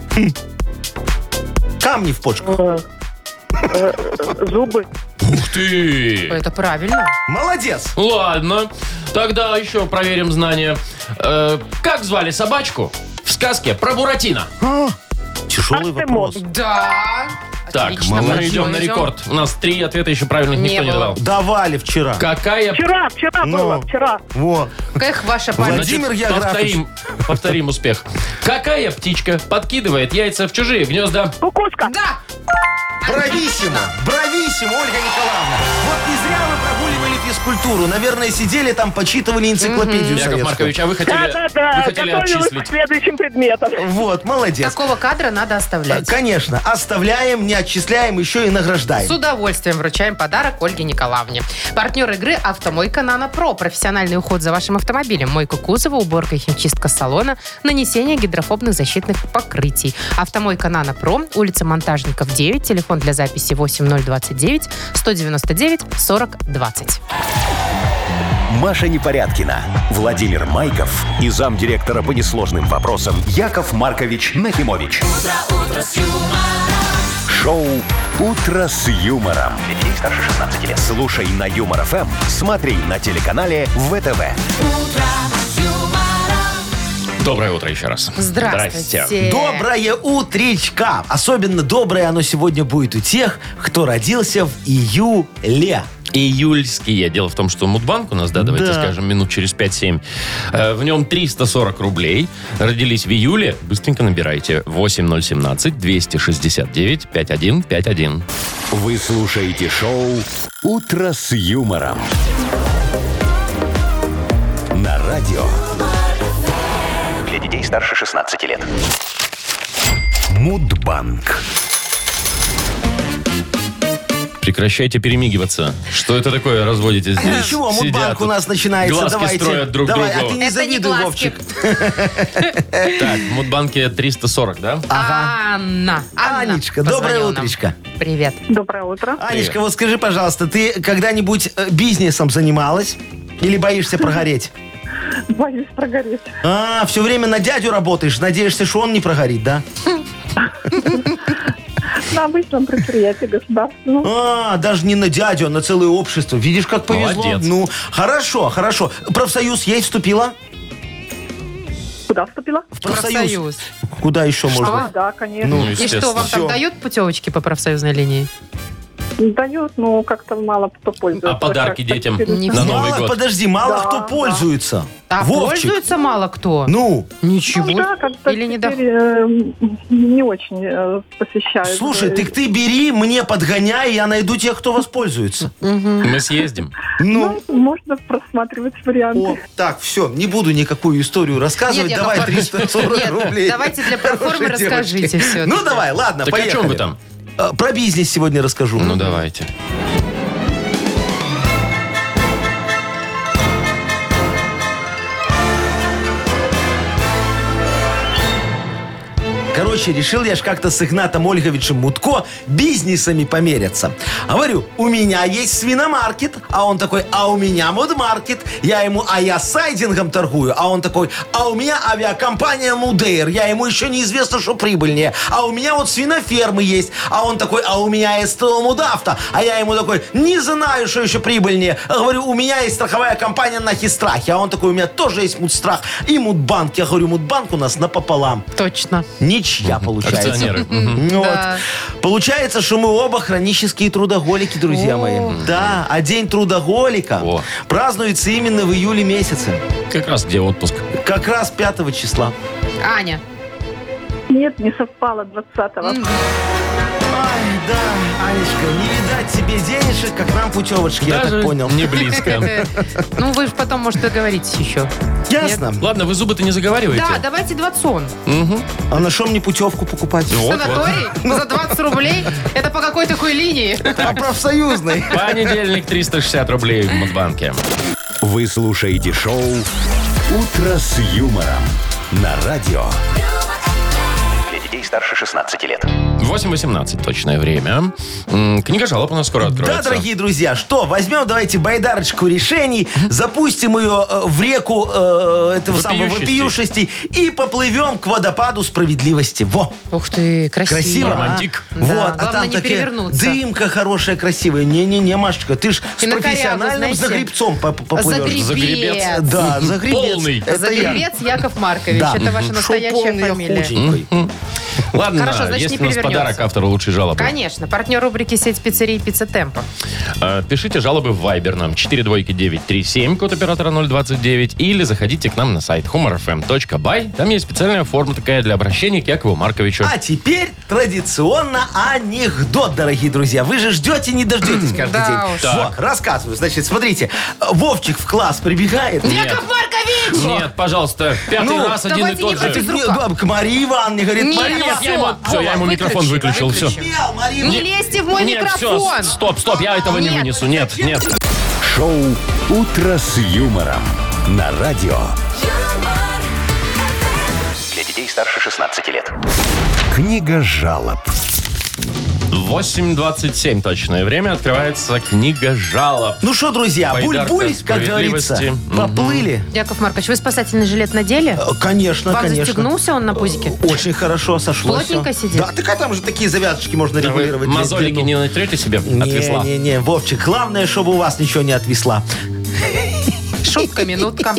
Speaker 4: Камни в почках.
Speaker 5: Э, э, Зубы.
Speaker 2: Ух ты!
Speaker 3: Это правильно.
Speaker 4: Молодец.
Speaker 2: Ладно, тогда еще проверим знания. Э, Как звали собачку в сказке про Буратино?
Speaker 4: А, Тяжелый
Speaker 5: Артемон.
Speaker 4: вопрос.
Speaker 3: Да.
Speaker 2: Так,
Speaker 3: Отлично,
Speaker 2: мы
Speaker 3: хорошо,
Speaker 2: идем на рекорд. У нас три ответа еще правильных
Speaker 3: Не
Speaker 2: никто не
Speaker 3: было.
Speaker 2: давал.
Speaker 4: Давали вчера.
Speaker 2: Какая...
Speaker 5: Вчера, вчера
Speaker 4: Ну.
Speaker 5: было, вчера.
Speaker 4: Во.
Speaker 3: Эх, ваша память.
Speaker 4: Владимир Яграфович.
Speaker 2: повторим, повторим успех. Какая птичка подкидывает яйца в чужие гнезда?
Speaker 5: Кукушка.
Speaker 3: Да.
Speaker 4: Брависсимо, брависсимо, Ольга Николаевна. Вот не зря вы прогуливали физкультуру. Наверное, сидели там, почитывали энциклопедию
Speaker 2: Яков
Speaker 4: советскую.
Speaker 2: Маркович, а вы хотели,
Speaker 5: Да, да, да.
Speaker 2: вы хотели
Speaker 5: Готовилась к
Speaker 2: отчислить?
Speaker 5: следующим предметам.
Speaker 4: Вот, молодец.
Speaker 3: Такого кадра надо оставлять.
Speaker 4: Конечно, оставляем, не отчисляем, еще и награждаем.
Speaker 3: С удовольствием вручаем подарок Ольге Николаевне. Партнер игры «Автомойка Нано Про». Профессиональный уход за вашим автомобилем. Мойка кузова, уборка и химчистка салона, нанесение гидрофобных защитных покрытий. «Автомойка Нано Про», улица Монтажников, девять, телефон для записи восемь ноль двадцать девять сто девяносто девять сорок двадцать.
Speaker 1: Маша Непорядкина, Владимир Майков и замдиректора по несложным вопросам Яков Маркович Нахимович. Шоу «Утро с юмором». Для детей старше шестнадцати лет. Слушай на Юмор ФМ, смотри на телеканале ВТВ.
Speaker 2: Доброе утро еще раз.
Speaker 3: Здравствуйте.
Speaker 4: Доброе утречка. Особенно доброе оно сегодня будет у тех, кто родился в июле.
Speaker 2: Июльские. Дело в том, что Мудбанк у нас, да, давайте
Speaker 4: Да.
Speaker 2: скажем, минут через пять-семь. Э, В нем триста сорок рублей. Родились в июле. Быстренько набирайте. восемь ноль один семь двести шестьдесят девять пятьдесят один пятьдесят один.
Speaker 1: Вы слушаете шоу «Утро с юмором». На радио. Для детей старше шестнадцати лет. Мудбанк.
Speaker 2: Прекращайте перемигиваться. Что это такое разводите здесь?
Speaker 4: Ничего,
Speaker 2: Сидят
Speaker 4: Мудбанк у
Speaker 2: тут,
Speaker 4: нас начинается.
Speaker 2: Глазки
Speaker 4: Давайте.
Speaker 2: строят друг
Speaker 4: Давай,
Speaker 2: другу.
Speaker 4: а ты не
Speaker 3: Это
Speaker 4: завидуй,
Speaker 3: не глазки.
Speaker 4: Вовчик.
Speaker 2: Так, в Мудбанке триста сорок, да?
Speaker 3: Анна. Анна
Speaker 4: Анечка, доброе
Speaker 3: позвонила нам.
Speaker 4: утречко.
Speaker 3: Привет.
Speaker 5: Доброе утро.
Speaker 4: Анечка, вот скажи, пожалуйста, ты когда-нибудь э, бизнесом занималась? Или боишься прогореть?
Speaker 5: Боюсь прогореть.
Speaker 4: А, все время на дядю работаешь, надеешься, что он не прогорит, да?
Speaker 5: На обычном предприятии государственном.
Speaker 4: А, даже не на дядю, а на целое общество. Видишь, как повезло?
Speaker 2: Молодец.
Speaker 4: Ну, хорошо, хорошо. Профсоюз есть вступила?
Speaker 5: Куда вступила?
Speaker 4: В
Speaker 3: Профсоюз.
Speaker 4: Куда еще
Speaker 3: Что?
Speaker 4: можно?
Speaker 5: Да, конечно.
Speaker 2: Ну,
Speaker 3: И что,
Speaker 2: естественно.
Speaker 3: вам там
Speaker 4: Всё.
Speaker 3: дают путевочки по профсоюзной линии?
Speaker 5: Дают, но как-то мало кто пользуется.
Speaker 2: А подарки
Speaker 5: Как-то
Speaker 2: детям
Speaker 5: через-
Speaker 3: Не
Speaker 2: на
Speaker 3: все.
Speaker 2: Новый
Speaker 4: Мало,
Speaker 2: год?
Speaker 4: подожди, мало
Speaker 5: Да,
Speaker 4: кто
Speaker 5: да.
Speaker 4: пользуется.
Speaker 3: А
Speaker 4: Вовчик,
Speaker 3: пользуется мало кто?
Speaker 4: ну,
Speaker 3: Ничего.
Speaker 5: Ну да, как-то
Speaker 3: Или не
Speaker 5: теперь, э, не очень э, посещают.
Speaker 4: слушай,
Speaker 5: Э,
Speaker 4: ты, ты бери, мне подгоняй, я найду тех, кто воспользуется.
Speaker 2: Мы съездим.
Speaker 4: Ну,
Speaker 5: Ну, можно просматривать варианты.
Speaker 4: о, так, все, не буду никакую историю рассказывать.
Speaker 3: Нет,
Speaker 4: Давай
Speaker 3: Яков Маркович,
Speaker 4: триста сорок
Speaker 3: нет,
Speaker 4: рублей.
Speaker 3: давайте для проформы
Speaker 4: Хорошей
Speaker 3: расскажите
Speaker 4: девочке.
Speaker 3: всё-таки.
Speaker 4: Ну, давай, ладно,
Speaker 2: Так
Speaker 4: поехали.
Speaker 2: о чем вы там?
Speaker 4: Э, Про бизнес сегодня расскажу.
Speaker 2: Ну, давайте.
Speaker 4: Короче, решил я ж как-то с Игнатом Ольговичем Мутко бизнесами померяться. Говорю, у меня есть свиномаркет, а он такой, а у меня мудмаркет. Я ему, а я сайдингом торгую, а он такой, а у меня авиакомпания Мудейр. Я ему еще неизвестно, что прибыльнее. А у меня вот свинофермы есть, а он такой, а у меня СТО Мудавто. А я ему такой, не знаю, что еще прибыльнее. А говорю, у меня есть страховая компания на Хистрахе, а он такой, у меня тоже есть Мудстрах и Мудбанк. Я говорю, Мудбанк у нас напополам.
Speaker 3: Точно.
Speaker 4: Ничья получается.
Speaker 2: Акционеры. Мгм.
Speaker 4: Ну
Speaker 3: Да.
Speaker 4: вот. Получается, что мы оба хронические трудоголики, друзья
Speaker 3: О.
Speaker 4: мои. Да, а день трудоголика
Speaker 2: О.
Speaker 4: празднуется именно в июле месяце.
Speaker 2: Как раз где отпуск.
Speaker 4: Как раз пятого числа.
Speaker 3: Аня.
Speaker 5: Нет, не совпало двадцатого.
Speaker 3: М.
Speaker 4: Ай, да, Анечка, не видать тебе денежек, как нам путевочки, я
Speaker 2: Даже
Speaker 4: так понял.
Speaker 2: не близко.
Speaker 3: Ну, вы же потом, может, договоритесь еще.
Speaker 4: Ясно.
Speaker 2: Ладно, вы зубы-то не заговариваете?
Speaker 3: Да, давайте двадцон.
Speaker 2: Мгм.
Speaker 4: А на что мне путевку покупать?
Speaker 2: Вот, вот.
Speaker 3: Санаторий за двадцать рублей? Это по какой такой линии?
Speaker 4: А профсоюзный.
Speaker 2: Понедельник триста шестьдесят рублей в Мудбанке.
Speaker 1: Вы слушаете шоу «Утро с юмором» на радио. Для детей старше шестнадцати лет.
Speaker 2: восемь восемнадцать точное время. М, Книга жалоб у нас скоро откроется.
Speaker 4: Да, дорогие друзья, что, возьмем давайте байдарочку решений, запустим ее э, в реку э, этого самого
Speaker 2: Вопиющести.
Speaker 4: вопиюшести и поплывем к водопаду справедливости. Во!
Speaker 3: Ух ты, красиво.
Speaker 4: Красиво, а?
Speaker 2: Романтик.
Speaker 3: Да,
Speaker 4: Вот, а
Speaker 3: главное
Speaker 4: там
Speaker 3: не
Speaker 4: такая
Speaker 3: перевернуться.
Speaker 4: дымка хорошая, красивая. Не-не-не, Машечка, ты ж с
Speaker 3: И на корягу,
Speaker 4: профессиональным
Speaker 3: знаете,
Speaker 4: загребцом поп- поплывешь.
Speaker 3: Загребец.
Speaker 4: Да, загребец.
Speaker 2: Полный.
Speaker 4: Это я.
Speaker 3: Загребец Яков Маркович.
Speaker 4: Да.
Speaker 3: Это ваша
Speaker 4: Шо
Speaker 3: настоящая
Speaker 4: полный я
Speaker 3: фамилия.
Speaker 4: худенький.
Speaker 2: Ладно,
Speaker 3: Хорошо, значит,
Speaker 2: есть
Speaker 3: не
Speaker 2: у нас
Speaker 3: перевернется.
Speaker 2: подарок автору лучшей жалобы.
Speaker 3: Конечно. Партнер рубрики «Сеть пиццерий Пицца Темпо».
Speaker 2: Э, Пишите жалобы в Viber нам четыре двойки девять три семь, код оператора ноль двадцать девять, или заходите к нам на сайт humor эф эм точка бай. Там есть специальная форма такая для обращения к Якову Марковичу.
Speaker 4: А теперь традиционно анекдот, дорогие друзья. Вы же ждете, не дождетесь каждый
Speaker 3: Да
Speaker 4: день.
Speaker 3: уж.
Speaker 4: Вот, рассказываю. Значит, смотрите. Вовчик в класс прибегает.
Speaker 3: Яков Маркович!
Speaker 2: Нет, пожалуйста, пятый
Speaker 4: Ну,
Speaker 2: раз один и
Speaker 3: давайте
Speaker 2: тот
Speaker 3: не
Speaker 2: же.
Speaker 3: против-
Speaker 4: К, не- к Марии Ивановне, говорит,
Speaker 3: Нет,
Speaker 4: Мария
Speaker 2: Нет, я ему,
Speaker 3: Всё,
Speaker 2: все, я ему
Speaker 3: Вова,
Speaker 2: микрофон
Speaker 3: выключи,
Speaker 2: выключил, все.
Speaker 3: выключи.
Speaker 4: Смел, Мария
Speaker 3: Не
Speaker 4: Ивановна.
Speaker 3: лезьте в мой
Speaker 2: Нет,
Speaker 3: микрофон.
Speaker 2: все, стоп, стоп, я этого не
Speaker 3: Нет.
Speaker 2: вынесу. Нет, нет.
Speaker 1: Шоу «Утро с юмором» на радио. Для детей старше шестнадцати лет. Книга жалоб.
Speaker 2: восемь двадцать семь точное время. Открывается книга жалоб.
Speaker 4: Ну что, друзья,
Speaker 2: Байдарка
Speaker 4: буль-буль, как говорится,
Speaker 2: справедливости.
Speaker 4: поплыли.
Speaker 3: Яков Маркович, вы спасательный жилет надели?
Speaker 4: Э, Конечно,
Speaker 3: Вам
Speaker 4: конечно.
Speaker 3: застегнулся он на пузике?
Speaker 4: Очень хорошо сошло.
Speaker 3: Плотненько
Speaker 4: всё.
Speaker 3: сидит?
Speaker 4: Да, так а там же такие завязочки можно
Speaker 2: Вы
Speaker 4: регулировать.
Speaker 2: мозолики
Speaker 4: длину.
Speaker 2: не натрете себе от весла?
Speaker 4: Не-не-не, Вовчик, главное, чтобы у вас ничего не отвисла.
Speaker 3: Шутка, минутка.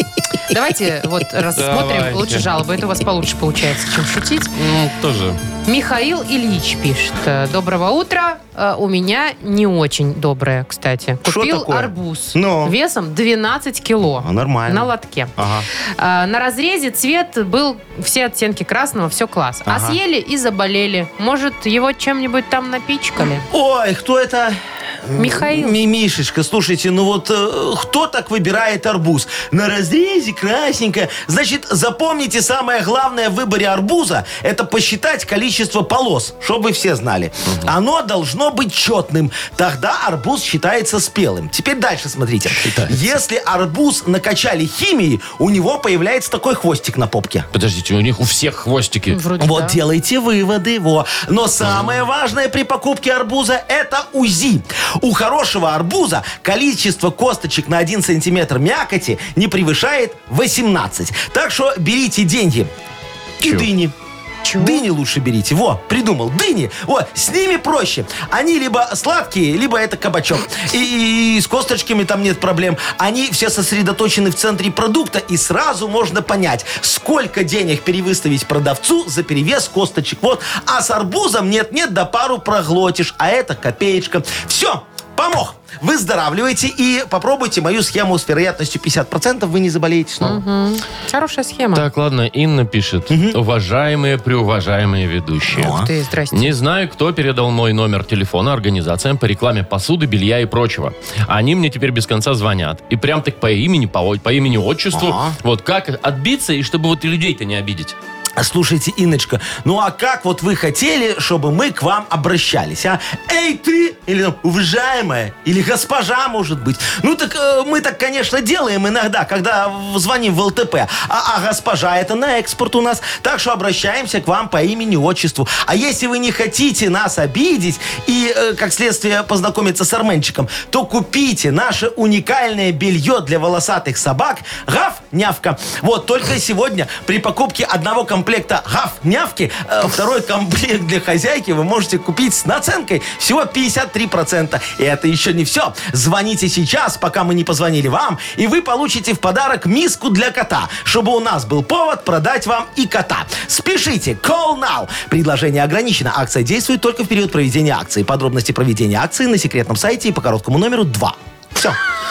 Speaker 3: Давайте вот рассмотрим
Speaker 2: Давайте.
Speaker 3: лучше жалобы. Это у вас получше получается, чем шутить.
Speaker 2: Ну, тоже.
Speaker 3: Михаил Ильич пишет. Доброго утра. Э, У меня не очень доброе, кстати.
Speaker 4: Шо
Speaker 3: Купил
Speaker 4: такое?
Speaker 3: арбуз
Speaker 4: Ну?
Speaker 3: весом двенадцать кило.
Speaker 4: А, нормально.
Speaker 3: На лотке.
Speaker 4: Ага.
Speaker 3: А, на разрезе цвет был все оттенки красного, все класс. А
Speaker 4: Ага.
Speaker 3: съели и заболели. Может, его чем-нибудь там напичкали?
Speaker 4: Ой, кто это?
Speaker 3: Михаил.
Speaker 4: Мимишечка, слушайте, ну вот э, кто так выбирает арбуз? На разрезе красненько. Значит, запомните, самое главное в выборе арбуза – это посчитать количество полос, чтобы вы все знали. Оно должно быть четным. Тогда арбуз считается спелым. Теперь дальше смотрите. Если арбуз накачали химией, у него появляется такой хвостик на попке.
Speaker 2: Подождите, у них у всех хвостики.
Speaker 3: Вроде
Speaker 4: Вот
Speaker 3: да.
Speaker 4: делайте выводы, во. Но самое важное при покупке арбуза – это УЗИ. У хорошего арбуза количество косточек на один сантиметр мякоти не превышает восемнадцать. Так что берите деньги и
Speaker 2: Чё?
Speaker 4: дыни.
Speaker 3: Чего?
Speaker 4: Дыни лучше берите. Во, придумал. Дыни. Вот, с ними проще. Они либо сладкие, либо это кабачок. И, и с косточками там нет проблем. Они все сосредоточены в центре продукта, и сразу можно понять, сколько денег перевыставить продавцу за перевес косточек. Вот. А с арбузом нет-нет, да пару проглотишь. А это копеечка. Все. Помог. Выздоравливайте и попробуйте мою схему с вероятностью пятьдесят процентов. Вы не заболеете снова.
Speaker 3: Мгм. Хорошая схема.
Speaker 2: Так, ладно, Инна пишет. Уважаемые, преуважаемые ведущие.
Speaker 3: Ух ты, здрасте.
Speaker 2: Не знаю, кто передал мой номер телефона организациям по рекламе посуды, белья и прочего. Они мне теперь без конца звонят. И прям так по имени, по, по имени, отчеству.
Speaker 4: Ага.
Speaker 2: Вот как отбиться, и чтобы вот и людей-то не обидеть.
Speaker 4: Слушайте, Инночка, ну а как вот вы хотели, чтобы мы к вам обращались, а? Эй, ты! Или там, уважаемая, или госпожа, может быть. Ну так э, мы так, конечно, делаем иногда, когда в- звоним в эл тэ пэ. А, а госпожа это на экспорт у нас. Так что обращаемся к вам по имени, отчеству. А если вы не хотите нас обидеть и, э, как следствие, познакомиться с Арменчиком, то купите наше уникальное белье для волосатых собак «Гав-нявка». Вот, только сегодня при покупке одного комплекта «Гав-нявки» э, второй комплект для хозяйки вы можете купить с наценкой всего пятьдесят три процента. И это еще не все. Звоните сейчас, пока мы не позвонили вам, и вы получите в подарок миску для кота, чтобы у нас был повод продать вам и кота. Спешите. Call now. Предложение ограничено. Акция действует только в период проведения акции. Подробности проведения акции на секретном сайте и по короткому номеру два. Все.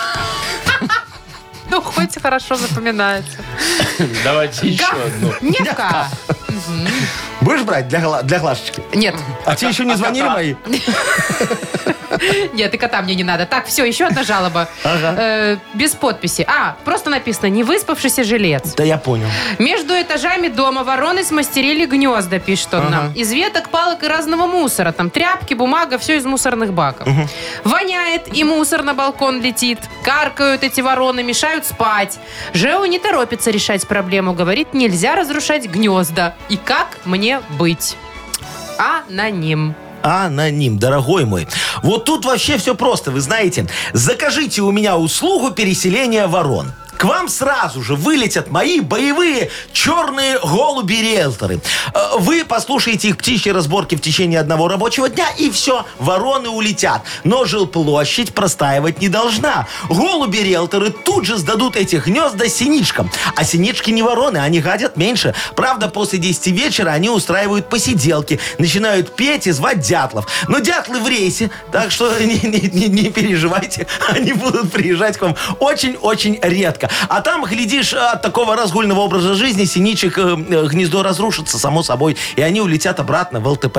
Speaker 3: Ну, хоть хорошо запоминается.
Speaker 2: Давайте еще
Speaker 3: Гав,
Speaker 2: одну.
Speaker 3: Невка.
Speaker 4: Будешь брать для, гла- для глазочки?
Speaker 3: Нет,
Speaker 4: А, тебе еще не звонили мои?
Speaker 3: нет, и кота мне не надо. Так, все, еще одна жалоба. Э, без подписи. А, просто написано «Невыспавшийся жилец».
Speaker 4: Да я понял.
Speaker 3: Между этажами дома вороны смастерили гнезда, пишет он нам. Из веток, палок и разного мусора. Там тряпки, бумага, все из мусорных баков. Воняет, и мусор на балкон летит. Каркают эти вороны, мешают спать. Жео не торопится решать проблему. Говорит, нельзя разрушать гнезда. И как мне быть? Аноним.
Speaker 4: Аноним, дорогой мой. Вот тут вообще все просто, вы знаете. Закажите у меня услугу переселения ворон. К вам сразу же вылетят мои боевые черные голуби-риэлторы. Э, Вы послушаете их птичьи разборки в течение одного рабочего дня, и все, вороны улетят. Но жилплощадь простаивать не должна. Голуби-риэлторы тут же сдадут эти гнезда синичкам. А синички не вороны, они гадят меньше. Правда, после десяти вечера они устраивают посиделки, начинают петь и звать дятлов. Но дятлы в рейсе, так что не, не- не- не переживайте, они будут приезжать к вам очень-очень редко. А там, глядишь, от такого разгульного образа жизни синичек э, э, гнездо разрушится, само собой, и они улетят обратно в ЛТП.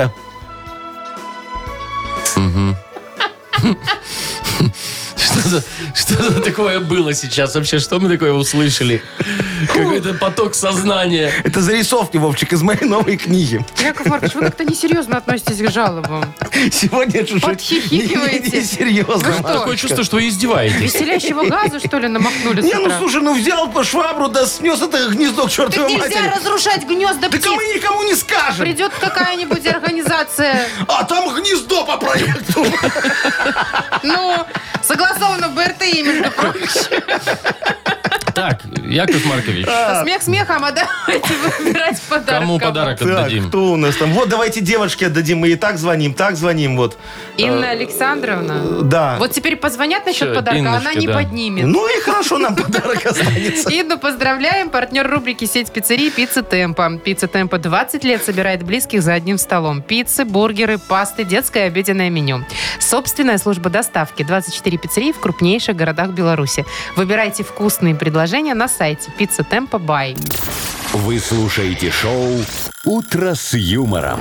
Speaker 2: Что за, что за такое было сейчас вообще? Что мы такое услышали? Какой-то поток сознания.
Speaker 4: Это зарисовки, Вовчик, из моей новой книги.
Speaker 3: Яков Маркович, вы как-то несерьезно относитесь к жалобам.
Speaker 4: Сегодня чуть-чуть
Speaker 3: Подхихикиваете.
Speaker 4: несерьезно.
Speaker 3: Вы что?
Speaker 2: Такое чувство, что вы издеваетесь.
Speaker 3: Веселящего газа, что ли, намахнули с
Speaker 4: Не, ну
Speaker 3: утра?
Speaker 4: слушай, ну взял по швабру, да снес это гнездо к чертовой
Speaker 3: Так
Speaker 4: матери.
Speaker 3: нельзя разрушать гнезда
Speaker 4: Так а мы
Speaker 3: птиц.
Speaker 4: никому не скажем.
Speaker 3: Придет какая-нибудь организация,
Speaker 4: А там гнездо по проекту.
Speaker 3: ну, согласовано в БРТИ, между прочим.
Speaker 2: Так, Яков Маркович,
Speaker 3: Смех смехом, а давайте выбирать подарок.
Speaker 2: кому подарок
Speaker 4: Так,
Speaker 2: отдадим?
Speaker 4: кто у нас там? Вот давайте девочке отдадим. Мы и так звоним, так звоним. Вот.
Speaker 3: Инна Александровна.
Speaker 4: Да.
Speaker 3: Вот теперь позвонят насчет
Speaker 2: Всё,
Speaker 3: подарка, а она
Speaker 2: Инночке,
Speaker 3: не
Speaker 2: да.
Speaker 3: поднимет.
Speaker 4: Ну и хорошо, нам подарок останется.
Speaker 3: Инну поздравляем. Партнер рубрики «Сеть пиццерий» «Пицца Темпо». «Пицца Темпо» двадцать лет собирает близких за одним столом. Пиццы, бургеры, пасты, детское и обеденное меню. Собственная служба доставки. двадцать четыре пиццерии в крупнейших городах Беларуси. Выбирайте вкусные предложения на сайте «Пицца Темпо Бай».
Speaker 1: Вы слушаете шоу «Утро с юмором».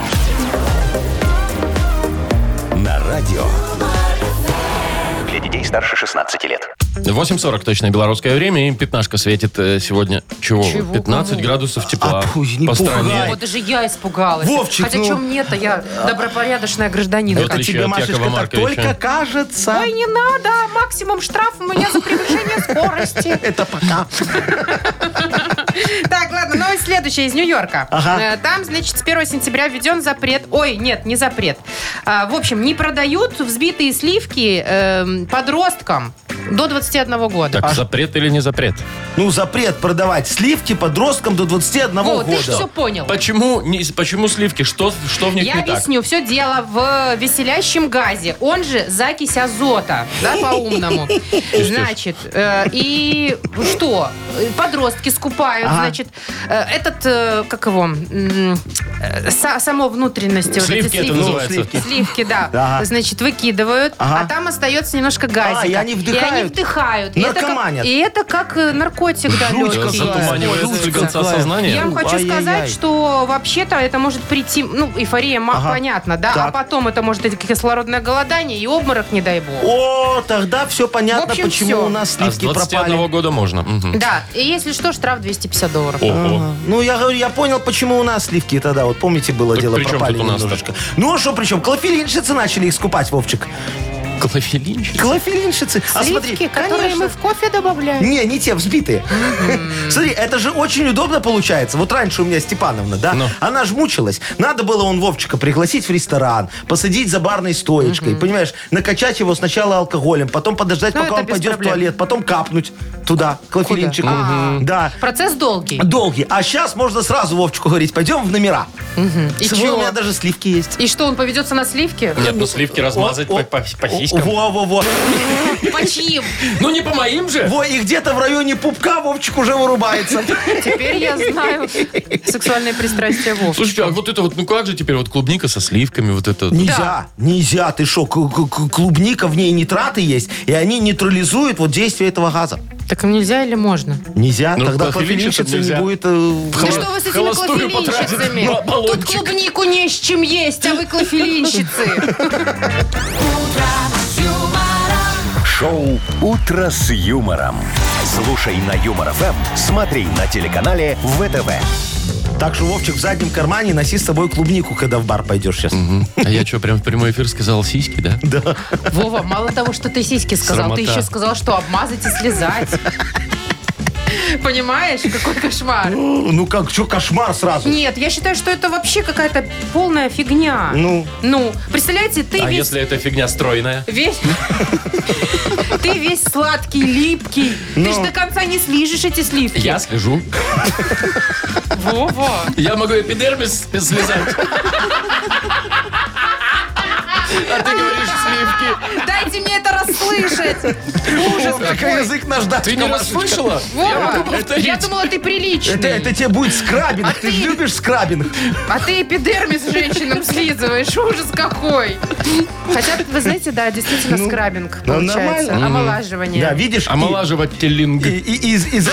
Speaker 1: На радио. Для детей старше шестнадцати лет.
Speaker 2: восемь сорок точное белорусское время, и пятнашка светит э, сегодня. Чего? вы?
Speaker 3: Чего?
Speaker 2: пятнадцать градусов тепла
Speaker 4: А, пусть не
Speaker 2: по
Speaker 4: пугай.
Speaker 2: стране.
Speaker 3: Вот даже я испугалась.
Speaker 4: Вовчик,
Speaker 3: Хотя
Speaker 4: ну-
Speaker 3: что мне-то, я добропорядочная гражданинка.
Speaker 2: Вот
Speaker 4: А
Speaker 2: отличие
Speaker 4: тебе,
Speaker 2: от
Speaker 4: Машечка,
Speaker 2: Якова
Speaker 4: так
Speaker 2: Марковича.
Speaker 4: только кажется.
Speaker 3: Ой, не надо, максимум штраф у меня за превышение скорости.
Speaker 4: Это пока.
Speaker 3: Так, ладно, новость следующая из Нью-Йорка.
Speaker 4: Ага.
Speaker 3: Э, Там, значит, с первого сентября введен запрет. Ой, нет, не запрет. А, В общем, не продают взбитые сливки эм, подросткам до двадцати одного года.
Speaker 2: Так, запрет или не запрет?
Speaker 4: Ну, запрет продавать сливки подросткам до двадцати одного
Speaker 3: Во, ты же все
Speaker 4: года.
Speaker 3: понял.
Speaker 2: Почему, не, почему сливки? Что, что в них
Speaker 3: Я
Speaker 2: не так?
Speaker 3: объясню. Все дело в веселящем газе. Он же закись азота, да, по-умному. Значит, э, и что? Подростки скупают,
Speaker 4: Ага.
Speaker 3: значит, э, этот, э, как его, м, э, са- само внутренности. вот эти
Speaker 2: Сливки это называется.
Speaker 4: Сливки.
Speaker 3: Сливки, да.
Speaker 4: Ага.
Speaker 3: Значит, выкидывают,
Speaker 4: Ага.
Speaker 3: а там остается немножко газика.
Speaker 4: А, и они вдыхают?
Speaker 3: И они вдыхают. И это как-
Speaker 4: Наркоманят.
Speaker 3: И это как э, наркотик, да,
Speaker 4: Жуть
Speaker 3: легкий.
Speaker 4: какая.
Speaker 2: Затуманивается
Speaker 4: Жуть
Speaker 2: до конца
Speaker 4: какая.
Speaker 2: сознания.
Speaker 3: Я вам хочу
Speaker 4: Ай-яй-яй.
Speaker 3: сказать, что вообще-то это может прийти, ну, эйфория, ма-
Speaker 4: Ага.
Speaker 3: понятно, да,
Speaker 4: Так.
Speaker 3: а потом это может быть кислородное голодание и обморок, не дай бог.
Speaker 4: О, тогда все понятно,
Speaker 3: В общем,
Speaker 4: почему
Speaker 3: всё.
Speaker 4: у нас
Speaker 2: А с
Speaker 4: сливки
Speaker 2: двадцати
Speaker 4: пропали.
Speaker 2: одного года можно. Мгм.
Speaker 3: Да, и если что, штраф двести пятьдесят долларов.
Speaker 2: Ого.
Speaker 4: Ага. Ну, я говорю, я понял, почему у нас сливки тогда. Вот помните, было
Speaker 2: Так
Speaker 4: дело,
Speaker 2: при чем
Speaker 4: пропали
Speaker 2: тут у нас-то?
Speaker 4: немножечко. Ну, а что причем? Клофелинщицы начали их скупать, Вовчик.
Speaker 2: Клофелинчик?
Speaker 4: Клофелинщицы. А
Speaker 3: Сливки,
Speaker 4: смотри,
Speaker 3: которые
Speaker 4: конечно.
Speaker 3: мы в кофе добавляем.
Speaker 4: Не, не те, взбитые. Смотри, это же очень удобно получается. Вот раньше у меня Степановна, да,
Speaker 2: Ну.
Speaker 4: она ж мучилась. Надо было он Вовчика пригласить в ресторан, посадить за барной стоечкой, понимаешь, накачать его сначала алкоголем, потом подождать,
Speaker 3: Ну,
Speaker 4: пока
Speaker 3: это
Speaker 4: он
Speaker 3: без
Speaker 4: пойдет
Speaker 3: проблем.
Speaker 4: в туалет, потом капнуть туда, клофелинчиком.
Speaker 3: А.
Speaker 4: Да.
Speaker 3: Процесс долгий.
Speaker 4: Долгий. А сейчас можно сразу Вовчику говорить, пойдем в номера.
Speaker 3: И
Speaker 4: Свой,
Speaker 3: чё?
Speaker 4: у меня даже сливки есть.
Speaker 3: И что, он поведется на сливки?
Speaker 2: Нет, ну сливки размазать
Speaker 4: О,
Speaker 2: по, по- по сиськам.
Speaker 4: Во-во-во.
Speaker 3: По чьим?
Speaker 2: Ну не по моим же.
Speaker 4: Во, и где-то в районе пупка Вовчик уже вырубается.
Speaker 3: Теперь я знаю сексуальные пристрастия Вовы.
Speaker 2: Слушайте, а вот это вот, ну как же теперь вот клубника со сливками, вот это...
Speaker 4: Нельзя, нельзя. Ты что, клубника, в ней нитраты есть, и они нейтрализуют вот действие этого газа.
Speaker 3: Так им нельзя или можно?
Speaker 4: Нельзя,
Speaker 2: Ну,
Speaker 4: тогда
Speaker 2: клофелинщицам
Speaker 4: клофелинщицы не
Speaker 2: нельзя.
Speaker 4: будет... э,
Speaker 3: Да что вы с этими
Speaker 2: холостую
Speaker 3: клофелинщицами?
Speaker 2: потратит на
Speaker 3: Тут
Speaker 2: баллончик.
Speaker 3: клубнику не с чем есть, а вы клофелинщицы.
Speaker 1: Шоу «Утро с юмором». Слушай на Юмор ФМ, смотри на телеканале ВТВ.
Speaker 4: Так что, Вовчик, в заднем кармане носи с собой клубнику, когда в бар пойдешь сейчас.
Speaker 2: А я что, прям в прямой эфир сказал сиськи, да?
Speaker 4: Да.
Speaker 3: Вова, мало того, что ты сиськи сказал, ты
Speaker 2: Срамота.
Speaker 3: еще сказал, что обмазать и слезать. Понимаешь, какой кошмар.
Speaker 4: Ну как, что кошмар сразу?
Speaker 3: Нет, я считаю, что это вообще какая-то полная фигня.
Speaker 4: Ну?
Speaker 3: Ну, представляете, ты
Speaker 2: А
Speaker 3: весь...
Speaker 2: если это фигня стройная?
Speaker 3: Весь... Ты весь сладкий, липкий. Ты ж до конца не слижешь эти сливки.
Speaker 2: Я слежу.
Speaker 3: Во-во.
Speaker 2: Я могу эпидермис слезать. А ты говоришь сливки.
Speaker 3: Дайте мне это расслышать. Ужас
Speaker 4: Как
Speaker 3: какой.
Speaker 4: язык наждать.
Speaker 2: Ты не расслышала? Я могу
Speaker 3: Вова,
Speaker 2: повторить.
Speaker 3: я думала, ты приличный.
Speaker 4: Это, это тебе будет скрабинг.
Speaker 3: А
Speaker 4: ты же
Speaker 3: ты-
Speaker 4: любишь скрабинг.
Speaker 3: А ты эпидермис женщинам слизываешь. Ужас какой. Хотя, вы знаете, да, действительно скрабинг
Speaker 4: ну,
Speaker 3: получается.
Speaker 4: нормально.
Speaker 3: Омолаживание.
Speaker 4: Да, видишь? и-
Speaker 2: Омолаживателинг.
Speaker 4: И, и- из, из-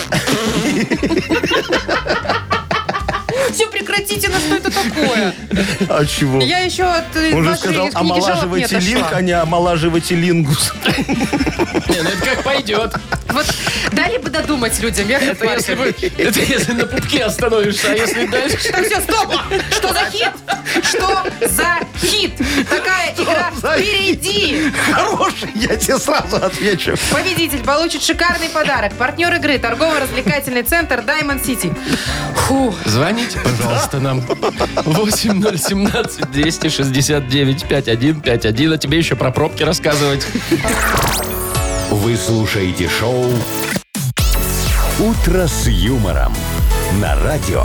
Speaker 3: Все, прекратите, на что это такое?
Speaker 4: А чего?
Speaker 3: Я еще от э,
Speaker 4: Он же
Speaker 3: вашей
Speaker 4: сказал,
Speaker 3: книги жалоб не
Speaker 4: омолаживайте линк,
Speaker 3: отошла.
Speaker 4: а не омолаживайте лингус.
Speaker 2: Не, ну это как пойдет.
Speaker 3: Вот дали бы додумать людям, Яков
Speaker 2: Это если, бы,
Speaker 3: Маркович.
Speaker 2: это если на пупке остановишься, а если дальше...
Speaker 3: Так, все, стоп! Что за хит? Что за хит? Такая игра
Speaker 4: за
Speaker 3: впереди!
Speaker 4: Хороший, я тебе сразу отвечу.
Speaker 3: Победитель получит шикарный подарок. Партнер игры – торгово-развлекательный центр Diamond City. Фу.
Speaker 2: Звоните, пожалуйста, нам. восемь ноль один семь двести шестьдесят девять пятьдесят один пятьдесят один. А тебе еще про пробки рассказывать.
Speaker 1: Вы слушаете шоу «Утро с юмором» на радио.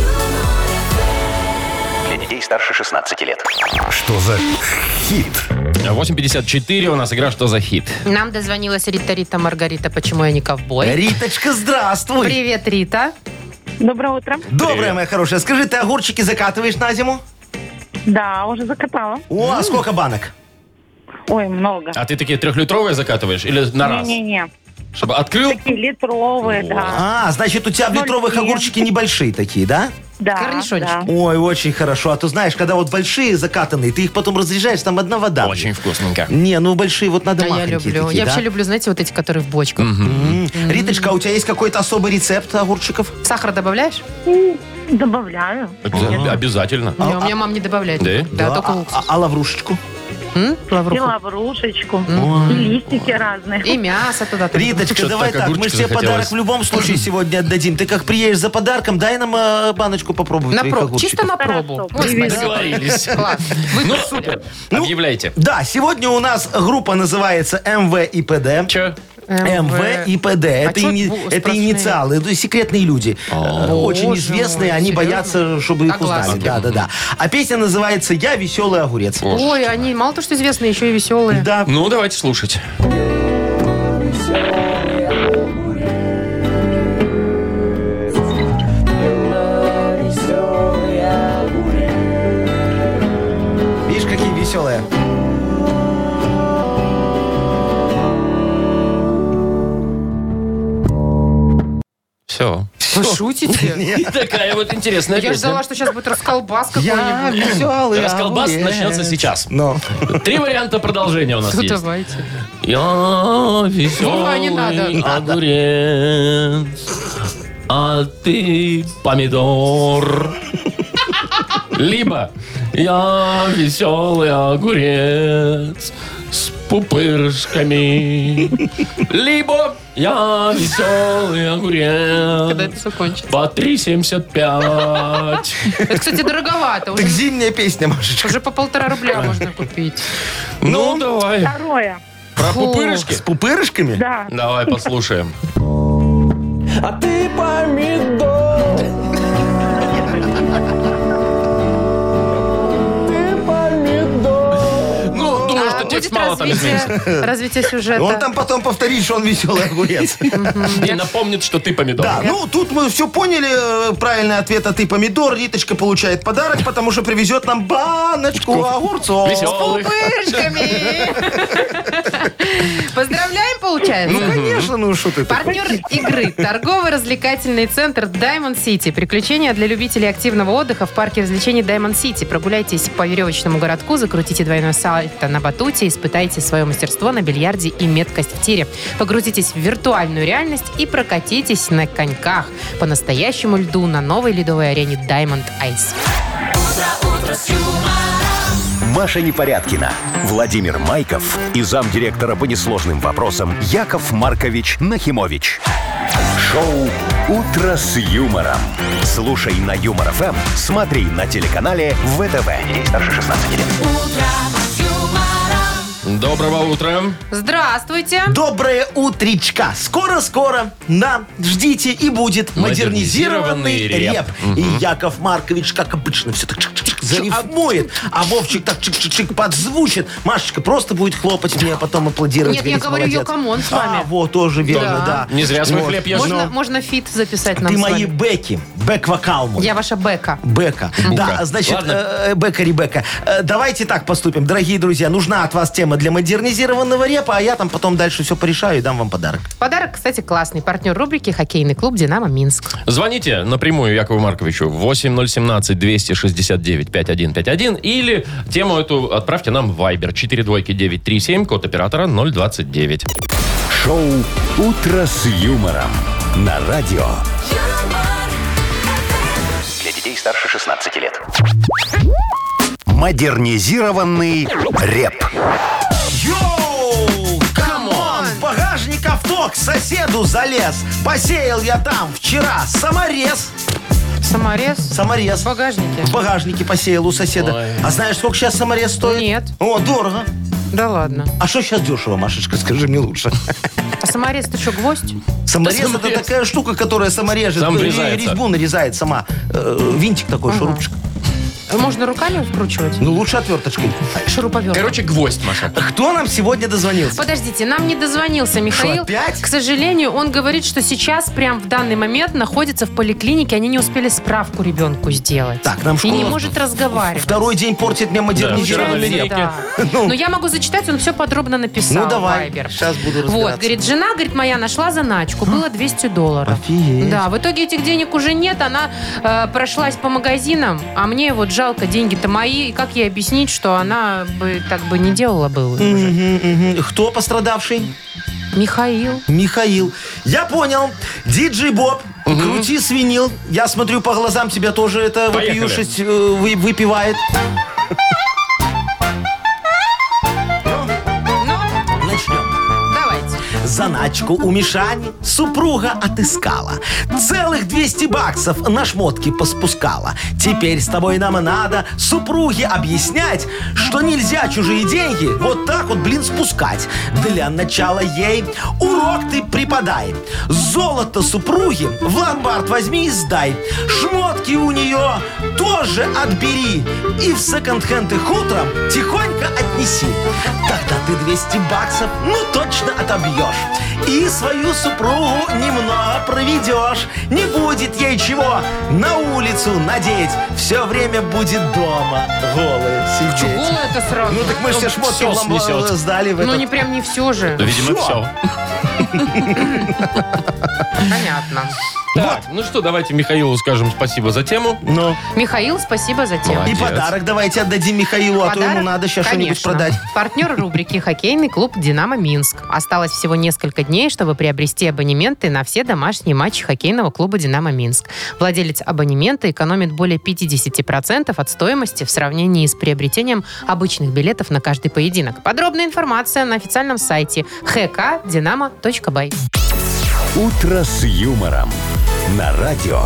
Speaker 6: Для детей старше шестнадцати лет.
Speaker 1: Что за хит?
Speaker 2: восемь пятьдесят четыре у нас игра «Что за хит?».
Speaker 3: Нам дозвонилась Рита, Рита, Маргарита. Почему я не ковбой?
Speaker 4: Риточка, здравствуй.
Speaker 3: Привет, Рита.
Speaker 5: Доброе утро.
Speaker 4: Добрая моя хорошая. Скажи, ты огурчики закатываешь на зиму?
Speaker 5: Да, уже закатала.
Speaker 4: О, а сколько банок?
Speaker 5: Ой, много.
Speaker 2: А ты такие трехлитровые закатываешь или на раз?
Speaker 5: Не-не-не.
Speaker 2: Чтобы открыл?
Speaker 5: Такие литровые, да.
Speaker 4: А, значит, у тебя в
Speaker 5: Ноль
Speaker 4: литровых
Speaker 5: семь.
Speaker 4: огурчики небольшие такие, да?
Speaker 5: Да,
Speaker 3: Корнишончики.
Speaker 5: да.
Speaker 4: Ой, очень хорошо. А то знаешь, когда вот большие закатанные, ты их потом разрежаешь, там одна вода.
Speaker 2: Очень вкусненько.
Speaker 4: Не, ну большие вот надо
Speaker 3: А я
Speaker 4: махонькие
Speaker 3: люблю.
Speaker 4: такие,
Speaker 3: Я
Speaker 4: да?
Speaker 3: вообще люблю, знаете, вот эти, которые в бочках.
Speaker 4: М. Риточка, а у тебя есть какой-то особый рецепт огурчиков?
Speaker 3: Сахар добавляешь?
Speaker 5: Добавляю.
Speaker 2: Обяза- Обязательно.
Speaker 3: Не, у меня мама не добавляет.
Speaker 2: Да?
Speaker 3: Да, только
Speaker 4: а,
Speaker 3: уксус.
Speaker 4: а- а лаврушечку?
Speaker 3: М?
Speaker 5: И
Speaker 3: Лавруху.
Speaker 5: лаврушечку. И листики разные.
Speaker 3: И мясо туда.
Speaker 4: Риточка,
Speaker 2: Что-то
Speaker 4: давай
Speaker 2: так
Speaker 4: так, мы
Speaker 2: огурчик
Speaker 4: же тебе
Speaker 2: захотелось.
Speaker 4: подарок в любом случае сегодня отдадим. Ты как приедешь за подарком, дай нам э, баночку попробовать
Speaker 3: На
Speaker 4: твоих
Speaker 3: проб-
Speaker 4: огурчиков.
Speaker 3: Чисто на пробу.
Speaker 5: Хорошо.
Speaker 3: Ой, спасибо.
Speaker 2: Договорились.
Speaker 3: Класс.
Speaker 2: Ну,
Speaker 3: Выпуск.
Speaker 2: супер.
Speaker 4: Ну,
Speaker 2: Объявляйте.
Speaker 4: Да, сегодня у нас группа называется эм вэ и пэ дэ.
Speaker 2: Че?
Speaker 4: эм вэ и пэ дэ.
Speaker 3: А
Speaker 4: Это,
Speaker 3: чё
Speaker 4: ини-
Speaker 3: дву-
Speaker 4: это
Speaker 3: сплошные?
Speaker 4: инициалы, это секретные люди. Э, Очень
Speaker 3: Боже
Speaker 4: известные,
Speaker 3: мой,
Speaker 4: они
Speaker 3: серьезно?
Speaker 4: боятся, чтобы их узнали.
Speaker 3: Огласки.
Speaker 4: Да, да, да. А песня называется «Я веселый огурец».
Speaker 3: Ой, они мало то, что известные, еще и веселые.
Speaker 4: Да.
Speaker 2: Ну, давайте слушать.
Speaker 4: Видишь, какие веселые.
Speaker 2: Все.
Speaker 3: Вы шутите?
Speaker 2: И такая вот интересная
Speaker 3: Я ждала,
Speaker 2: песня.
Speaker 3: что сейчас будет расколбас
Speaker 4: Я
Speaker 3: какой-нибудь.
Speaker 4: веселый
Speaker 2: Расколбас
Speaker 4: огурец.
Speaker 2: начнется сейчас.
Speaker 4: Но.
Speaker 2: Три варианта продолжения у нас
Speaker 3: Ну,
Speaker 2: есть.
Speaker 3: давайте.
Speaker 2: Я
Speaker 3: Вова, не
Speaker 2: веселый
Speaker 3: надо.
Speaker 2: огурец, а ты помидор. Либо я веселый огурец с пупырышками. Либо я веселый огурец
Speaker 3: Когда это все кончится.
Speaker 2: по три семьдесят пять.
Speaker 3: Это, кстати, дороговато.
Speaker 4: Так
Speaker 3: Уже,
Speaker 4: зимняя песня, Машечка.
Speaker 3: уже по полтора рубля можно купить.
Speaker 2: Ну, давай.
Speaker 5: Второе.
Speaker 2: Про
Speaker 3: Фу.
Speaker 2: пупырышки?
Speaker 4: С пупырышками?
Speaker 5: Да.
Speaker 2: Давай послушаем.
Speaker 7: А ты помидор. Ты помидор.
Speaker 2: Ну, думаю,
Speaker 3: А
Speaker 2: что текст
Speaker 3: будет
Speaker 2: мало там изменится.
Speaker 3: развитие, развитие сюжета.
Speaker 4: Он там потом повторит, что он веселый огурец.
Speaker 2: И напомнит, что ты помидор.
Speaker 4: Да, ну тут мы все поняли. э, Правильный ответ, а ты помидор. Риточка получает подарок, потому что привезет нам баночку огурцов.
Speaker 2: Веселых.
Speaker 3: Пупырышками. Поздравляем, получается.
Speaker 4: Ну, конечно, ну что ты.
Speaker 3: Партнер игры – торгово-развлекательный центр Diamond City. Приключения для любителей активного отдыха в парке развлечений Diamond City. Прогуляйтесь по веревочному городку, закрутите двойной сальто на батуте, испытайте свое мастерство на бильярде и меткость в тире. Погрузитесь в виртуальную реальность и прокатитесь на коньках по настоящему льду на новой ледовой арене Diamond Ice.
Speaker 1: Маша Непорядкина, Владимир Майков и замдиректора по несложным вопросам Яков Маркович Нахимович. Шоу «Утро с юмором». Слушай на Юмор ФМ, смотри на телеканале ВТВ. Ей старше шестнадцати лет.
Speaker 2: Доброго утра.
Speaker 3: Здравствуйте.
Speaker 4: Доброе утречка. Скоро-скоро, да, ждите, и будет модернизированный
Speaker 2: Модернизированный
Speaker 4: реп.
Speaker 2: реп.
Speaker 4: И Яков Маркович, как обычно, все так чик-чик-чик зарифмует, а Вовчик так чик-чик-чик подзвучит. Машечка просто будет хлопать мне, а потом аплодировать.
Speaker 3: Нет, я
Speaker 4: говорить,
Speaker 3: говорю,
Speaker 4: молодец.
Speaker 3: йокомон с вами.
Speaker 4: А, вот, тоже верно,
Speaker 3: Да.
Speaker 4: да.
Speaker 2: Не зря свой
Speaker 4: Вот.
Speaker 2: хлеб ешь.
Speaker 3: Можно,
Speaker 2: Ну.
Speaker 3: можно фит записать нам
Speaker 4: Ты
Speaker 3: с
Speaker 4: мои
Speaker 3: вами.
Speaker 4: бэки, бэк-вокал мой.
Speaker 3: Я ваша Бека.
Speaker 4: Бека. Да, значит,
Speaker 2: Ладно.
Speaker 4: э, Бека, Ребека. Э, давайте так поступим, дорогие друзья. Нужна от вас тема для модернизированного репа, а я там потом дальше все порешаю и дам вам подарок.
Speaker 3: Подарок, кстати, классный. Партнер рубрики «Хоккейный клуб «Динамо Минск».
Speaker 2: Звоните напрямую Якову Марковичу восемь ноль семнадцать двести шестьдесят девять пятьдесят один пятьдесят один или тему эту отправьте нам в Viber четыре двойки девять три семь, код оператора ноль двадцать девять.
Speaker 1: Шоу «Утро с юмором» на радио.
Speaker 6: Для детей старше шестнадцати лет.
Speaker 1: Модернизированный реп.
Speaker 4: Йоу! Камон! В багажник авто к соседу залез. Посеял я там вчера саморез.
Speaker 3: Саморез.
Speaker 4: Саморез.
Speaker 3: В багажнике.
Speaker 4: В багажнике посеял у соседа.
Speaker 2: Ой.
Speaker 4: А знаешь, сколько сейчас саморез стоит?
Speaker 3: Нет.
Speaker 4: О, дорого.
Speaker 3: Да ладно.
Speaker 4: А что сейчас дешево, Машечка, скажи мне лучше.
Speaker 3: А саморез это что, гвоздь?
Speaker 4: Саморез это
Speaker 2: саморез.
Speaker 4: такая штука, которая саморежет.
Speaker 2: Сам
Speaker 4: э,
Speaker 2: врезается.
Speaker 4: Резьбу нарезает сама. Э, Винтик такой, шурупчик.
Speaker 3: Можно руками вкручивать?
Speaker 4: Ну, лучше отверточкой.
Speaker 3: Шуруповерт.
Speaker 2: Короче, гвоздь, Маша.
Speaker 4: Кто нам сегодня дозвонился?
Speaker 3: Подождите, нам не дозвонился Михаил.
Speaker 4: Шо, опять?
Speaker 3: К сожалению, он говорит, что сейчас, прям в данный момент, находится в поликлинике. Они не успели справку ребенку сделать.
Speaker 4: Так, нам
Speaker 3: И
Speaker 4: школа
Speaker 3: не может разговаривать.
Speaker 4: Второй день портит мне модернизированный
Speaker 2: Да, вчера
Speaker 4: реп.
Speaker 2: на
Speaker 3: Да. Но я могу зачитать, он все подробно написал.
Speaker 4: Ну, давай.
Speaker 3: в Viber.
Speaker 4: Сейчас буду разбираться.
Speaker 3: Вот, говорит, жена, говорит, моя нашла заначку, было двести долларов.
Speaker 4: Офигеть.
Speaker 3: Да, в итоге этих денег уже нет, она э, прошлась по магазинам, а мне вот жалко, деньги-то мои, и как ей объяснить, что она бы так бы не делала бы уже?
Speaker 4: Мгм, мгм. Кто пострадавший?
Speaker 3: Михаил.
Speaker 4: Михаил. Я понял. Диджей Боб, крути свинил. Я смотрю, по глазам тебя тоже это
Speaker 2: Поехали.
Speaker 4: вопиюшесть э, вы- выпивает.
Speaker 3: Ну,
Speaker 4: Начнем.
Speaker 3: давайте.
Speaker 4: Заначку у Мишани супруга отыскала. Целых двести баксов на шмотки поспускала. Теперь с тобой нам надо супруге объяснять, что нельзя чужие деньги вот так вот, блин, спускать. Для начала ей урок ты преподай. Золото супруги в ломбард возьми и сдай. Шмотки у нее тоже отбери. И в секонд-хенд их утром тихонько отнеси. Тогда ты двести баксов, ну, точно отобьешь. И свою супругу немного проведешь. Не будет ей чего на улицу надеть. Все время будет дома голая сидеть.
Speaker 3: Чего это сразу?
Speaker 4: Ну так мы же все шмотки
Speaker 2: всё
Speaker 4: в ломбард
Speaker 2: снесет.
Speaker 4: сдали в
Speaker 3: Ну,
Speaker 4: этот.
Speaker 3: не прям не все же.
Speaker 2: Да, видимо,
Speaker 4: Всё.
Speaker 2: все.
Speaker 3: Понятно.
Speaker 2: Так, ну что, давайте Михаилу скажем спасибо за тему.
Speaker 4: Ну,
Speaker 3: Михаил, спасибо за тему.
Speaker 4: и
Speaker 2: Молодец.
Speaker 4: подарок давайте отдадим Михаилу, а то ему
Speaker 3: Подарок?
Speaker 4: надо сейчас что-нибудь
Speaker 3: Конечно.
Speaker 4: продать.
Speaker 3: Партнер рубрики «Хоккейный клуб «Динамо Минск». Осталось всего несколько дней, чтобы приобрести абонементы на все домашние матчи хоккейного клуба «Динамо Минск». Владелец абонемента экономит более пятьдесят процентов от стоимости в сравнении с приобретением обычных билетов на каждый поединок. Подробная информация на официальном сайте х к динамо точка бай.
Speaker 1: «Утро с юмором» на радио.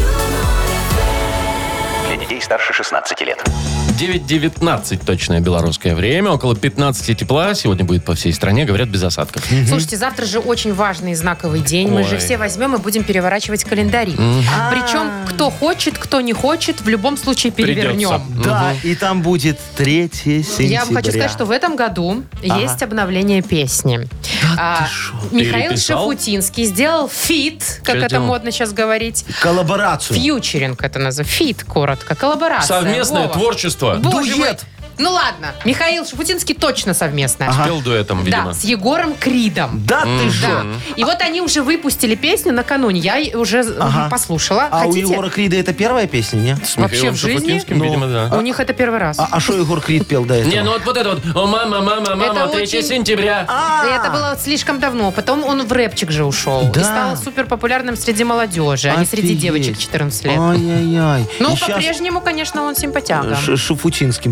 Speaker 6: Для детей старше шестнадцати лет.
Speaker 2: девять девятнадцать точное белорусское время. Около пятнадцати тепла. Сегодня будет по всей стране, говорят, без осадков.
Speaker 3: Слушайте, завтра же очень важный и знаковый день. Мы
Speaker 2: Ой.
Speaker 3: же все возьмем и будем переворачивать календари. Причем, кто хочет, кто не хочет, в любом случае перевернем.
Speaker 2: Придется.
Speaker 4: Да, и там будет третье сентября.
Speaker 3: Я вам хочу сказать, что в этом году есть обновление песни. А, Михаил
Speaker 2: Переписал?
Speaker 3: Шафутинский сделал фит, как это
Speaker 2: сделал?
Speaker 3: модно сейчас говорить.
Speaker 4: Коллаборацию.
Speaker 3: Фьючеринг это называется. Фит, коротко. Коллаборация.
Speaker 2: Совместное
Speaker 3: Вова.
Speaker 2: творчество.
Speaker 3: Боже мой.
Speaker 4: Дуэт.
Speaker 3: Ну ладно, Михаил Шафутинский точно совместное.
Speaker 2: Пел дуэтом, видимо.
Speaker 3: Да, с Егором Кридом.
Speaker 4: Да ты
Speaker 3: Да.
Speaker 4: что?
Speaker 3: И вот они уже выпустили песню накануне. Я и уже
Speaker 4: Ага.
Speaker 3: послушала.
Speaker 4: А у
Speaker 3: Хотите?
Speaker 4: Егора Крида это первая песня, не?
Speaker 2: С
Speaker 3: Вообще
Speaker 2: Михаилом
Speaker 3: в жизни?
Speaker 2: Шафутинским,
Speaker 4: Ну.
Speaker 2: видимо, да.
Speaker 3: У них это первый раз.
Speaker 4: А что Егор Крид пел до этого?
Speaker 2: Не, ну вот, вот это вот. О, мама, мама, мама,
Speaker 3: Это
Speaker 2: третье
Speaker 3: очень-
Speaker 2: сентября.
Speaker 4: А,
Speaker 3: И это было слишком давно. Потом он в рэпчик же ушел.
Speaker 4: Да.
Speaker 3: И стал супер популярным среди молодежи, а не среди
Speaker 4: Офигеть.
Speaker 3: девочек четырнадцать лет.
Speaker 4: Ай-яй-яй.
Speaker 3: Ну,
Speaker 4: И щас,
Speaker 3: по-прежнему, конечно, он симпатяга.
Speaker 4: э, Ш- Шафутинским спел. А у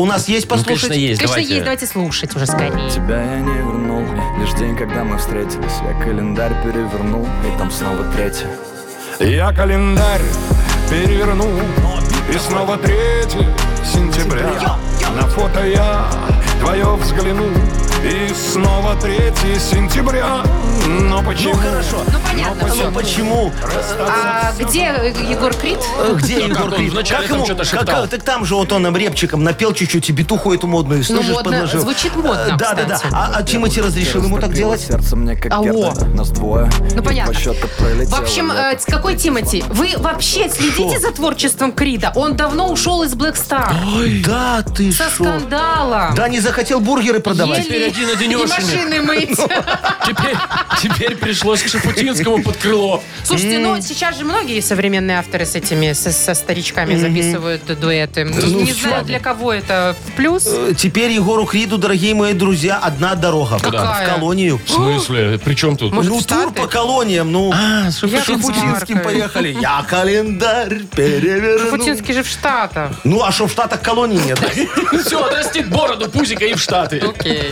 Speaker 4: нас есть
Speaker 2: Ну,
Speaker 4: послушать?
Speaker 2: конечно, есть.
Speaker 3: Конечно,
Speaker 2: Давайте.
Speaker 3: есть. Давайте слушать уже скорее.
Speaker 7: Тебя я не вернул, лишь день, когда мы встретились. Я календарь перевернул, и там снова третье.
Speaker 8: Я календарь перевернул, и снова третье сентября. На фото я твое взглянул, и снова третье сентября. Но почему?
Speaker 4: Ну, хорошо.
Speaker 3: Ну, понятно.
Speaker 4: Ну, почему?
Speaker 3: А где Егор Крид?
Speaker 4: Э, Где
Speaker 2: Ну,
Speaker 4: Егор
Speaker 2: как он
Speaker 4: Крид?
Speaker 2: вначале там
Speaker 4: ему-
Speaker 2: что-то
Speaker 4: как-
Speaker 2: шептал.
Speaker 4: как- Так там же вот он нам репчиком напел чуть-чуть и битуху эту модную.
Speaker 3: Ну,
Speaker 4: слышишь,
Speaker 3: модно.
Speaker 4: подложил.
Speaker 3: Звучит модно,
Speaker 4: Э, Да, да, да.
Speaker 3: кстати.
Speaker 4: А, а Тимати разрешил ему так делать?
Speaker 7: Сердце мне как
Speaker 3: Ау.
Speaker 7: Герда, нас двое.
Speaker 3: Ну, понятно.
Speaker 7: По счету пролетело
Speaker 3: В общем,
Speaker 7: лето.
Speaker 3: э, какой Тимати? Вы вообще следите за творчеством Крида? Он давно ушел из Black Star.
Speaker 4: Да, ты
Speaker 3: Со
Speaker 4: шо?
Speaker 3: скандалом.
Speaker 4: Да, не захотел бургеры продавать.
Speaker 3: Еле
Speaker 2: один
Speaker 3: и
Speaker 2: одинешенек.
Speaker 3: машины мыть.
Speaker 2: Теперь, теперь пришлось к Шафутинскому под крыло.
Speaker 3: Слушайте, ну сейчас же многие современные авторы с этими, со, со старичками записывают дуэты.
Speaker 4: Ну,
Speaker 3: Не
Speaker 4: всё.
Speaker 3: знаю, для кого это в плюс.
Speaker 4: Э, Теперь Егору Криду, дорогие мои друзья, одна дорога.
Speaker 3: Какая?
Speaker 4: В колонию.
Speaker 2: В смысле? При чем тут?
Speaker 3: Может,
Speaker 4: Ну,
Speaker 3: в
Speaker 4: тур
Speaker 3: Штаты?
Speaker 4: по колониям, ну.
Speaker 2: А, с
Speaker 3: Яков
Speaker 4: Шафутинским
Speaker 3: Маркович.
Speaker 4: поехали. Я календарь переверну.
Speaker 3: Путинский же в Штатах.
Speaker 4: Ну, а что в Штатах колоний нет?
Speaker 2: Все, отрастит бороду, пузика и в Штаты.
Speaker 3: Окей.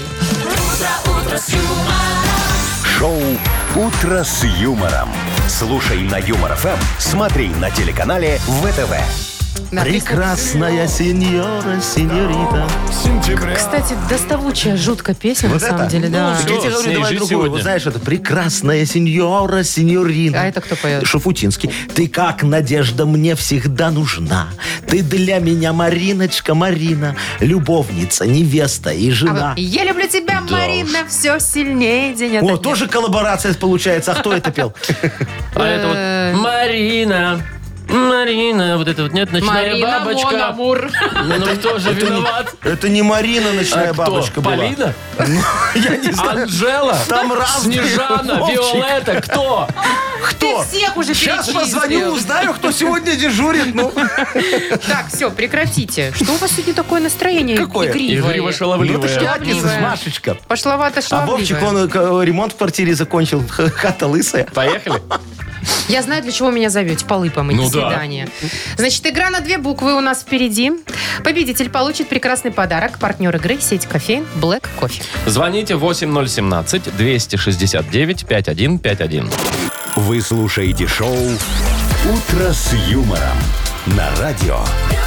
Speaker 1: Шоу «Утро с юмором». Слушай на Юмор ФМ, смотри на телеканале ВТВ.
Speaker 3: Да,
Speaker 4: Прекрасная сеньора, сеньорита.
Speaker 8: Сентября.
Speaker 3: Кстати, доставучая жутко песня,
Speaker 4: Вот
Speaker 3: на самом
Speaker 4: это?
Speaker 3: деле, да.
Speaker 4: Так
Speaker 2: всё,
Speaker 4: я тебе
Speaker 2: с
Speaker 4: говорю,
Speaker 2: ней
Speaker 4: давай
Speaker 2: жить
Speaker 4: другую.
Speaker 2: сегодня.
Speaker 4: Вот знаешь, это прекрасная сеньора, сеньорина.
Speaker 3: А это кто поет?
Speaker 4: Шафутинский. Ты как надежда мне всегда нужна. Ты для меня, Мариночка, Марина, любовница, невеста и
Speaker 3: А
Speaker 4: жена.
Speaker 3: вы- Я люблю тебя, Марина, все сильнее день ото
Speaker 4: О,
Speaker 3: дня.
Speaker 4: тоже коллаборация получается. А кто это пел?
Speaker 2: А это вот Марина, Марина, вот это вот нет, ночная
Speaker 3: Марина
Speaker 2: бабочка.
Speaker 3: Монамур.
Speaker 2: Ну кто же виноват?
Speaker 4: Это не Марина, ночная
Speaker 2: А кто?
Speaker 4: бабочка была.
Speaker 2: Полина?
Speaker 4: Я не знаю.
Speaker 2: Анжела?
Speaker 4: Там разные,
Speaker 2: Снежана?
Speaker 4: Вовчик.
Speaker 2: Виолетта? Кто?
Speaker 4: Кто?
Speaker 3: Ты всех уже
Speaker 4: Сейчас
Speaker 3: перечислил.
Speaker 4: позвоню, узнаю, кто сегодня дежурит. Ну,
Speaker 3: Так, все, прекратите. Что у вас сегодня такое настроение
Speaker 4: Какое?
Speaker 3: игривое?
Speaker 2: Игриво-шаловливое.
Speaker 4: ну ты что,
Speaker 3: Шаловливая.
Speaker 4: Машечка.
Speaker 3: Пошловато
Speaker 4: А Вовчик,
Speaker 3: шаловливая.
Speaker 4: он э, ремонт в квартире закончил. Х- Хата лысая.
Speaker 2: Поехали?
Speaker 3: Я знаю, для чего меня зовете. Полы помыть,
Speaker 2: Ну
Speaker 3: до
Speaker 2: да.
Speaker 3: свидания. Значит, игра на две буквы у нас впереди. Победитель получит прекрасный подарок. Партнер игры — сеть кофеин Black Coffee.
Speaker 2: Звоните восемь ноль семнадцать двести шестьдесят девять пятьдесят один пятьдесят один.
Speaker 1: Вы слушаете шоу «Утро с юмором» на радио.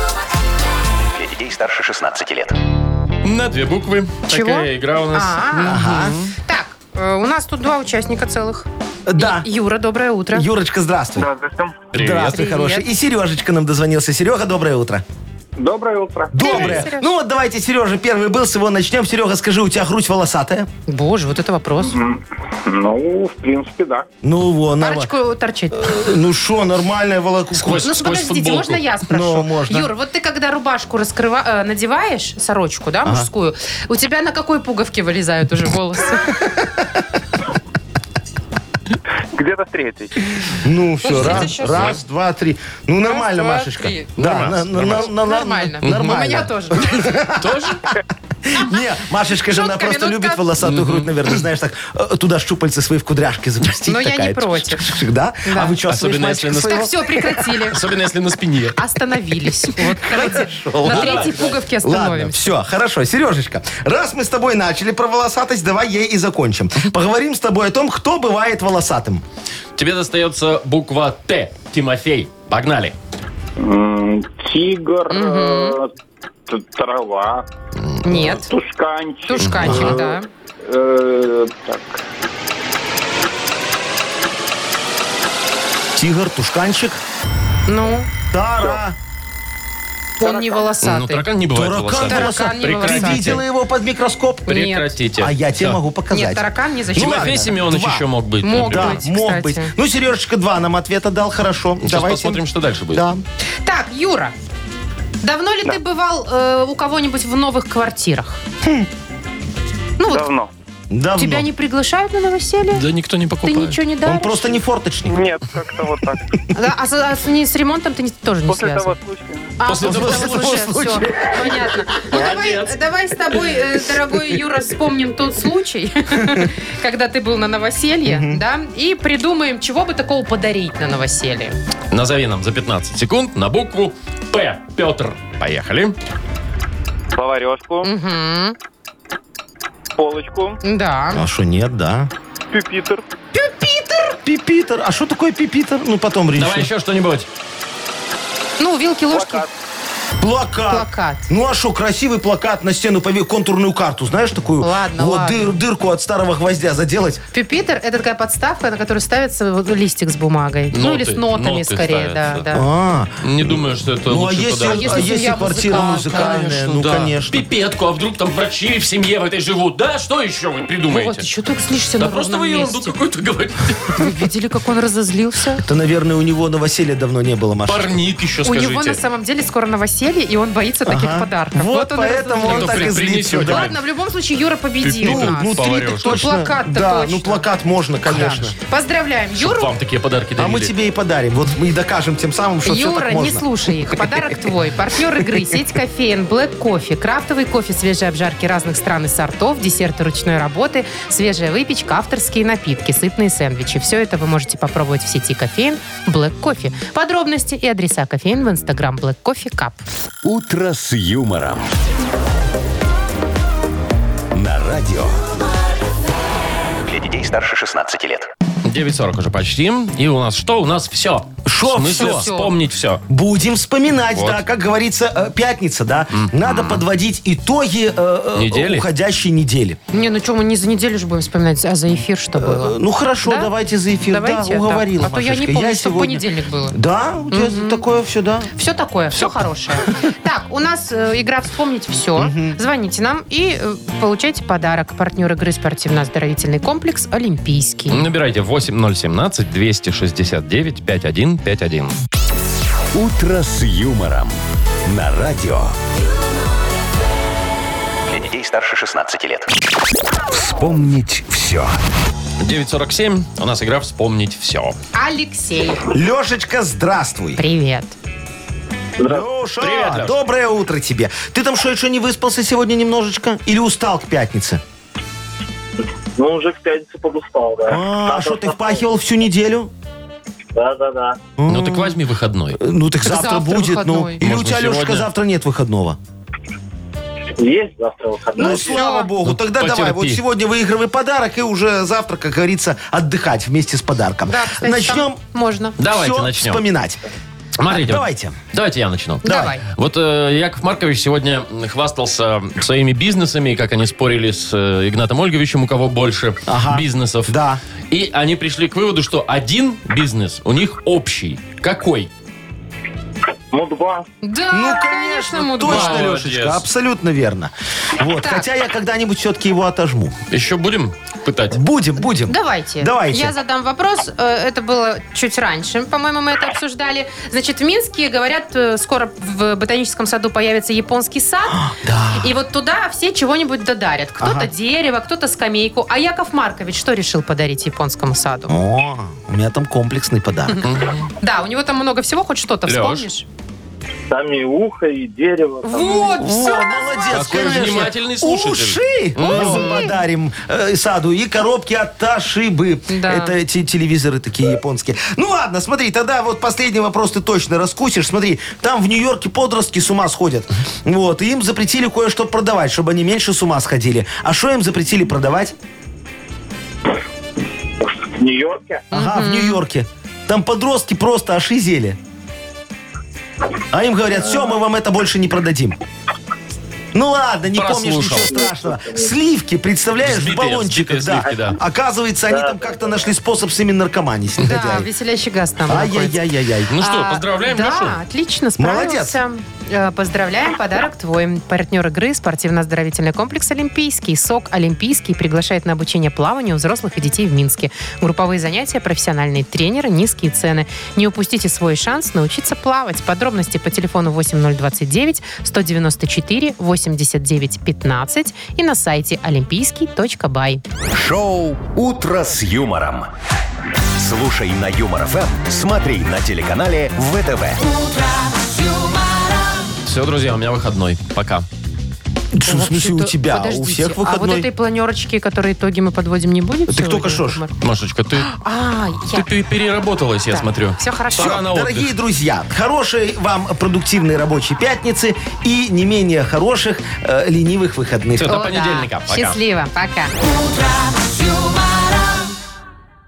Speaker 6: Для детей старше шестнадцати лет.
Speaker 2: На две буквы.
Speaker 3: Чего?
Speaker 2: Такая игра у нас.
Speaker 3: А, Так, э, у нас тут два участника целых.
Speaker 4: Да.
Speaker 3: И- Юра, доброе утро.
Speaker 4: Юрочка, здравствуй.
Speaker 2: Привет.
Speaker 4: Здравствуй,
Speaker 3: Привет.
Speaker 4: хороший. И Сережечка нам дозвонился. Серега, доброе утро.
Speaker 9: Доброе утро.
Speaker 4: Доброе.
Speaker 3: Сереж.
Speaker 4: Ну вот давайте, Сережа первый был, с его начнем. Серега, скажи, у тебя грудь волосатая?
Speaker 3: Боже, вот это вопрос.
Speaker 9: Ну, в принципе, да.
Speaker 4: Ну, вон. нава-
Speaker 3: Парочку торчит.
Speaker 4: Э, Ну что, нормальная волоку.
Speaker 2: Сквозь,
Speaker 3: Ну,
Speaker 2: сквозь
Speaker 3: подождите,
Speaker 2: футболку.
Speaker 3: можно я спрошу?
Speaker 4: Ну, можно.
Speaker 3: Юр, вот ты когда рубашку раскрыва... э, надеваешь, сорочку, да, мужскую, у тебя на какой пуговке вылезают уже волосы?
Speaker 9: Где-то в третьей.
Speaker 4: Ну все,
Speaker 3: Слушайте,
Speaker 4: раз,
Speaker 3: сейчас-
Speaker 4: раз, два, три. Ну нормально,
Speaker 3: два,
Speaker 4: Машечка.
Speaker 3: три.
Speaker 4: Да,
Speaker 2: Нормально,
Speaker 4: на- на- на- на-
Speaker 3: Нормально.
Speaker 4: Нормально.
Speaker 3: У меня тоже.
Speaker 2: Тоже?
Speaker 4: Не, Машечка же, она
Speaker 3: Шутка,
Speaker 4: просто
Speaker 3: минутка.
Speaker 4: любит волосатую грудь, наверное, знаешь, так э, туда щупальца свои в кудряшки запустить.
Speaker 3: Но я
Speaker 4: такая.
Speaker 3: не против.
Speaker 4: Чик-чик-чик, Да?
Speaker 3: Да.
Speaker 4: А вы чувствуешь
Speaker 2: Особенно если
Speaker 4: мальчика
Speaker 2: на-
Speaker 4: своего?
Speaker 3: Так, все, прекратили.
Speaker 2: Особенно если на спине.
Speaker 3: Остановились. Вот, давайте на
Speaker 4: Ладно.
Speaker 3: третьей пуговке
Speaker 4: Ладно,
Speaker 3: остановимся.
Speaker 4: все, хорошо. Сережечка, раз мы с тобой начали про волосатость, давай ей и закончим. Поговорим с тобой о том, кто бывает волосатым.
Speaker 2: Тебе достается буква Т. Тимофей. Погнали.
Speaker 9: М, Тигр, э, т- трава,
Speaker 3: Нет.
Speaker 9: тушканчик.
Speaker 3: Тушканчик, да.
Speaker 9: Э, так,
Speaker 4: Тигр, тушканчик,
Speaker 3: Ну,
Speaker 4: тара.
Speaker 3: он не
Speaker 2: Ну,
Speaker 3: волосатый.
Speaker 2: таракан не бывает
Speaker 4: Таракан
Speaker 2: волосатый.
Speaker 3: Таракан не
Speaker 4: Ты
Speaker 3: волосатый.
Speaker 4: видела его под микроскоп?
Speaker 2: Прекратите.
Speaker 4: А я тебе
Speaker 2: Всё.
Speaker 4: могу показать.
Speaker 3: Нет, таракан не
Speaker 4: Ну
Speaker 3: защищен.
Speaker 2: Тимофей
Speaker 4: ладно,
Speaker 2: Семенович
Speaker 4: два.
Speaker 2: еще мог быть.
Speaker 3: Мог
Speaker 2: например.
Speaker 4: Да,
Speaker 3: быть,
Speaker 4: мог
Speaker 3: кстати.
Speaker 4: быть. Ну, Сережечка два нам ответа дал, хорошо.
Speaker 2: Сейчас
Speaker 4: Давайте.
Speaker 2: посмотрим, что дальше будет.
Speaker 4: Да.
Speaker 3: Так, Юра, давно ли ты бывал э, у кого-нибудь в новых квартирах? Ну вот,
Speaker 9: давно.
Speaker 4: Давно.
Speaker 3: тебя не приглашают на новоселье?
Speaker 2: Да никто не
Speaker 3: Ты
Speaker 2: покупает.
Speaker 3: ничего не
Speaker 4: Он
Speaker 3: даришь?
Speaker 4: просто не форточник.
Speaker 9: Нет, как-то вот так.
Speaker 3: Да, а, с, а с- не с ремонтом ты не- тоже не
Speaker 9: После
Speaker 3: связан?
Speaker 9: того случая.
Speaker 3: А,
Speaker 2: После
Speaker 3: после
Speaker 2: того
Speaker 3: того случая,
Speaker 4: случая.
Speaker 3: все, понятно. Ну, давай,
Speaker 2: Молодец.
Speaker 3: давай с тобой, э, дорогой Юра, вспомним тот случай, когда ты был на новоселье, да, и придумаем, чего бы такого подарить на новоселье.
Speaker 2: Назови нам за пятнадцать секунд на букву П. Петр. Поехали.
Speaker 9: Поварешку.
Speaker 3: Угу.
Speaker 9: Полочку.
Speaker 3: Да.
Speaker 4: А что, нет, да?
Speaker 9: Пюпитер.
Speaker 4: Пипитер. А что такое пипитер? Ну, потом решим.
Speaker 2: Давай еще что-нибудь.
Speaker 3: Ну, вилки, ложки.
Speaker 9: Плакат.
Speaker 4: Плакат.
Speaker 3: Плакат.
Speaker 4: Ну а что, красивый плакат на стену, пове- контурную карту, знаешь такую?
Speaker 3: Ладно,
Speaker 4: вот
Speaker 3: ладно.
Speaker 4: дыр- дырку от старого гвоздя заделать.
Speaker 3: Пюпитер – это такая подставка, на которую ставится вот листик с бумагой. ну, или с
Speaker 2: Ноты,
Speaker 3: нотами,
Speaker 2: ноты
Speaker 3: скорее, да,
Speaker 2: ставятся.
Speaker 3: да.
Speaker 4: А,
Speaker 2: Не думаю, что это
Speaker 4: ну а
Speaker 2: лучший
Speaker 4: если,
Speaker 2: подарок.
Speaker 3: А если
Speaker 4: а если
Speaker 3: семья
Speaker 4: квартира
Speaker 3: музыкантная?
Speaker 4: музыкальная? Ну,
Speaker 2: да.
Speaker 4: конечно.
Speaker 2: Пипетку, а вдруг там врачи в семье в этой живут? Да, что еще вы придумаете?
Speaker 3: Вот, еще ты слышишься
Speaker 2: Да
Speaker 3: на
Speaker 2: просто
Speaker 3: ровном
Speaker 2: вы ерунду
Speaker 3: месте.
Speaker 2: какую-то говорите.
Speaker 3: Вы видели, как он разозлился?
Speaker 4: Это, наверное, у него новоселья давно не было, Маша.
Speaker 2: Парник еще
Speaker 3: У
Speaker 2: скажите.
Speaker 3: него на самом деле скоро новоселье, и он боится таких
Speaker 4: Ага.
Speaker 3: подарков.
Speaker 4: Вот,
Speaker 3: он и
Speaker 4: поэтому он
Speaker 3: разозлился.
Speaker 4: так и
Speaker 2: При-
Speaker 4: злится.
Speaker 2: принесете.
Speaker 4: да.
Speaker 3: Ладно, в любом случае Юра победил
Speaker 2: Пюпитер.
Speaker 3: нас.
Speaker 4: Ну, три
Speaker 2: Поварёшка.
Speaker 4: точно.
Speaker 3: Плакат-то
Speaker 4: Да,
Speaker 3: точно.
Speaker 4: ну плакат можно, конечно.
Speaker 3: Поздравляем
Speaker 2: Чтоб
Speaker 3: Юру.
Speaker 2: вам такие подарки
Speaker 4: А
Speaker 2: дарили.
Speaker 4: мы тебе и подарим. Вот мы и докажем тем самым, что все
Speaker 3: Юра,
Speaker 4: так
Speaker 3: не
Speaker 4: можно.
Speaker 3: слушай их. Подарок твой. Партнер игры сеть кофеин Black Coffee. Крафтовый кофе свежей обжарки разных стран и сортов, десерты ручной работы, свежая выпечка, авторские напитки, сытные сэндвичи. Все это вы можете попробовать в сети кофеин Black Coffee. Подробности и адреса кофеин в инстаграм Black Coffee Cup.
Speaker 1: «Утро с юмором». На радио.
Speaker 6: Для детей старше шестнадцати лет.
Speaker 2: девять сорок уже почти. И у нас что? У нас все.
Speaker 4: Шо
Speaker 2: В смысле,
Speaker 4: всё?
Speaker 2: вспомнить все.
Speaker 4: Будем вспоминать,
Speaker 2: Вот.
Speaker 4: да, как говорится, э, пятница, да. Надо подводить итоги э, э,
Speaker 2: Недели?
Speaker 4: уходящей недели.
Speaker 3: Не, ну что, мы не за неделю же будем вспоминать, а за эфир что
Speaker 4: Э,
Speaker 3: было.
Speaker 4: Ну хорошо,
Speaker 3: Да?
Speaker 4: давайте за эфир.
Speaker 3: Давайте,
Speaker 4: да, уговорила,
Speaker 3: так. А то я не
Speaker 4: Машечка.
Speaker 3: помню, что в
Speaker 4: сегодня-
Speaker 3: понедельник было.
Speaker 4: Да, у тебя такое все, да.
Speaker 3: Все такое, все хорошее. Так, у нас э, игра «Вспомнить все». Звоните нам и э, получайте подарок. Партнер игры спортивно-оздоровительный комплекс «Олимпийский».
Speaker 2: Набирайте восемь ноль семнадцать двести шестьдесят девять пятьдесят один пятьдесят один.
Speaker 1: «Утро с юмором». На радио.
Speaker 6: Для детей старше шестнадцати лет.
Speaker 1: Вспомнить все.
Speaker 2: девять сорок семь. У нас игра «Вспомнить все».
Speaker 3: Алексей,
Speaker 4: Лешечка, здравствуй.
Speaker 3: привет.
Speaker 4: Леша,
Speaker 2: Привет, Леш.
Speaker 4: доброе утро тебе. Ты там что, еще не выспался сегодня немножечко? Или устал к пятнице?
Speaker 9: Ну, уже к пятнице подустал, да.
Speaker 4: А, а что, ты впахивал всю неделю?
Speaker 9: Да, да, да.
Speaker 2: Ну так возьми выходной.
Speaker 4: Ну, так завтра,
Speaker 3: Завтра
Speaker 4: будет. Ну,
Speaker 3: выходной.
Speaker 4: или у
Speaker 2: Можно
Speaker 4: тебя, Лешечка,
Speaker 2: сегодня.
Speaker 4: завтра нет выходного?
Speaker 9: Есть завтра выходной.
Speaker 4: Ну, слава богу.
Speaker 2: Ну,
Speaker 4: Тогда давай,
Speaker 2: потерпи.
Speaker 4: вот сегодня выигрывай подарок и уже завтра, как говорится, отдыхать вместе с подарком.
Speaker 3: Да, кстати,
Speaker 4: Начнем
Speaker 3: там можно.
Speaker 2: Давайте
Speaker 4: все
Speaker 2: начнем.
Speaker 4: вспоминать.
Speaker 2: Смотрите.
Speaker 4: Давайте.
Speaker 2: Давайте я начну.
Speaker 3: Давай.
Speaker 2: Вот э, Яков Маркович сегодня хвастался своими бизнесами, как они спорили с э, Игнатом Ольговичем, у кого больше
Speaker 4: Ага.
Speaker 2: бизнесов.
Speaker 4: Да.
Speaker 2: И они пришли к выводу, что один бизнес у них общий. Какой?
Speaker 9: Мудба.
Speaker 3: Да,
Speaker 4: Ну,
Speaker 3: конечно,
Speaker 4: конечно,
Speaker 3: Мудбай.
Speaker 4: точно,
Speaker 2: Молодец.
Speaker 4: Лешечка, абсолютно верно. Вот,
Speaker 3: Так.
Speaker 4: хотя я когда-нибудь все-таки его отожму.
Speaker 2: Еще будем пытать?
Speaker 4: Будем, будем.
Speaker 3: Давайте.
Speaker 4: Давайте.
Speaker 3: Я задам вопрос. Э, Это было чуть раньше, по-моему, мы это обсуждали. Значит, в Минске, говорят, э, скоро в ботаническом саду появится японский сад.
Speaker 4: Да.
Speaker 3: И вот туда все чего-нибудь додарят. Кто-то
Speaker 4: Ага.
Speaker 3: дерево, кто-то скамейку. А Яков Маркович что решил подарить японскому саду?
Speaker 4: О, у меня там комплексный подарок.
Speaker 3: Да, у него там много всего, хоть что-то
Speaker 2: Лёш.
Speaker 3: вспомнишь?
Speaker 9: Там и ухо, и дерево. там.
Speaker 3: Вот, все.
Speaker 4: О, молодец,
Speaker 2: Какой
Speaker 4: конечно.
Speaker 2: внимательный слушатель.
Speaker 4: Уши мы подарим э, саду и коробки от Тошибы.
Speaker 3: Да.
Speaker 4: Это эти телевизоры такие японские. Ну ладно, смотри, тогда вот последний вопрос ты точно раскусишь. Смотри, там в Нью-Йорке подростки с ума сходят. Вот, и им запретили кое-что продавать, чтобы они меньше с ума сходили. А что им запретили продавать?
Speaker 9: В Нью-Йорке.
Speaker 4: Ага, в Нью-Йорке. Там подростки просто ошизели. А им говорят, все, мы вам это больше не продадим. Ну ладно, не помнишь,
Speaker 2: Прослушал.
Speaker 4: ничего страшного. Сливки, представляешь,
Speaker 2: Взбитые,
Speaker 4: в баллончиках,
Speaker 2: взбитые
Speaker 4: да.
Speaker 2: сливки, да.
Speaker 4: Оказывается, они там как-то нашли способ с ими наркоманить,
Speaker 3: Да,
Speaker 4: негодяи.
Speaker 3: веселящий газ там находится.
Speaker 4: Ай-яй-яй-яй-яй.
Speaker 2: Ну что,
Speaker 3: А,
Speaker 2: поздравляем
Speaker 3: да,
Speaker 2: Лешу.
Speaker 3: отлично, справился. Э, Поздравляем, подарок твой. Партнер игры спортивно-оздоровительный комплекс «Олимпийский». СОК «Олимпийский» приглашает на обучение плаванию взрослых и детей в Минске. Групповые занятия, профессиональные тренеры, низкие цены. Не упустите свой шанс научиться плавать. Подробности по телефону восемь ноль двадцать девять сто девяносто четыре восемьдесят девять пятнадцать и на сайте олимпийский точка бай.
Speaker 1: Шоу «Утро с юмором». Слушай на Юмор ФМ, смотри на телеканале ВТВ.
Speaker 2: Все, друзья, у меня выходной. Пока.
Speaker 4: Что, в смысле, у
Speaker 3: Вообще-то,
Speaker 4: тебя? У
Speaker 3: подождите,
Speaker 4: всех
Speaker 3: а вот
Speaker 4: выходной?
Speaker 3: этой планерочки, которые итоги мы подводим, не будет
Speaker 4: Ты
Speaker 3: сегодня,
Speaker 4: только что ж.
Speaker 3: Яков Маркович?
Speaker 2: Машечка, ты,
Speaker 3: А,
Speaker 2: ты,
Speaker 3: я...
Speaker 2: ты переработалась, я
Speaker 3: Так,
Speaker 2: смотрю.
Speaker 3: Все хорошо.
Speaker 2: Пора на отдых.
Speaker 4: Дорогие друзья, хорошей вам продуктивной рабочей пятницы и не менее хороших э, ленивых выходных.
Speaker 2: Всё, до
Speaker 3: О, да.
Speaker 2: понедельника. Пока.
Speaker 3: Счастливо. Пока.
Speaker 10: Утро с юмором.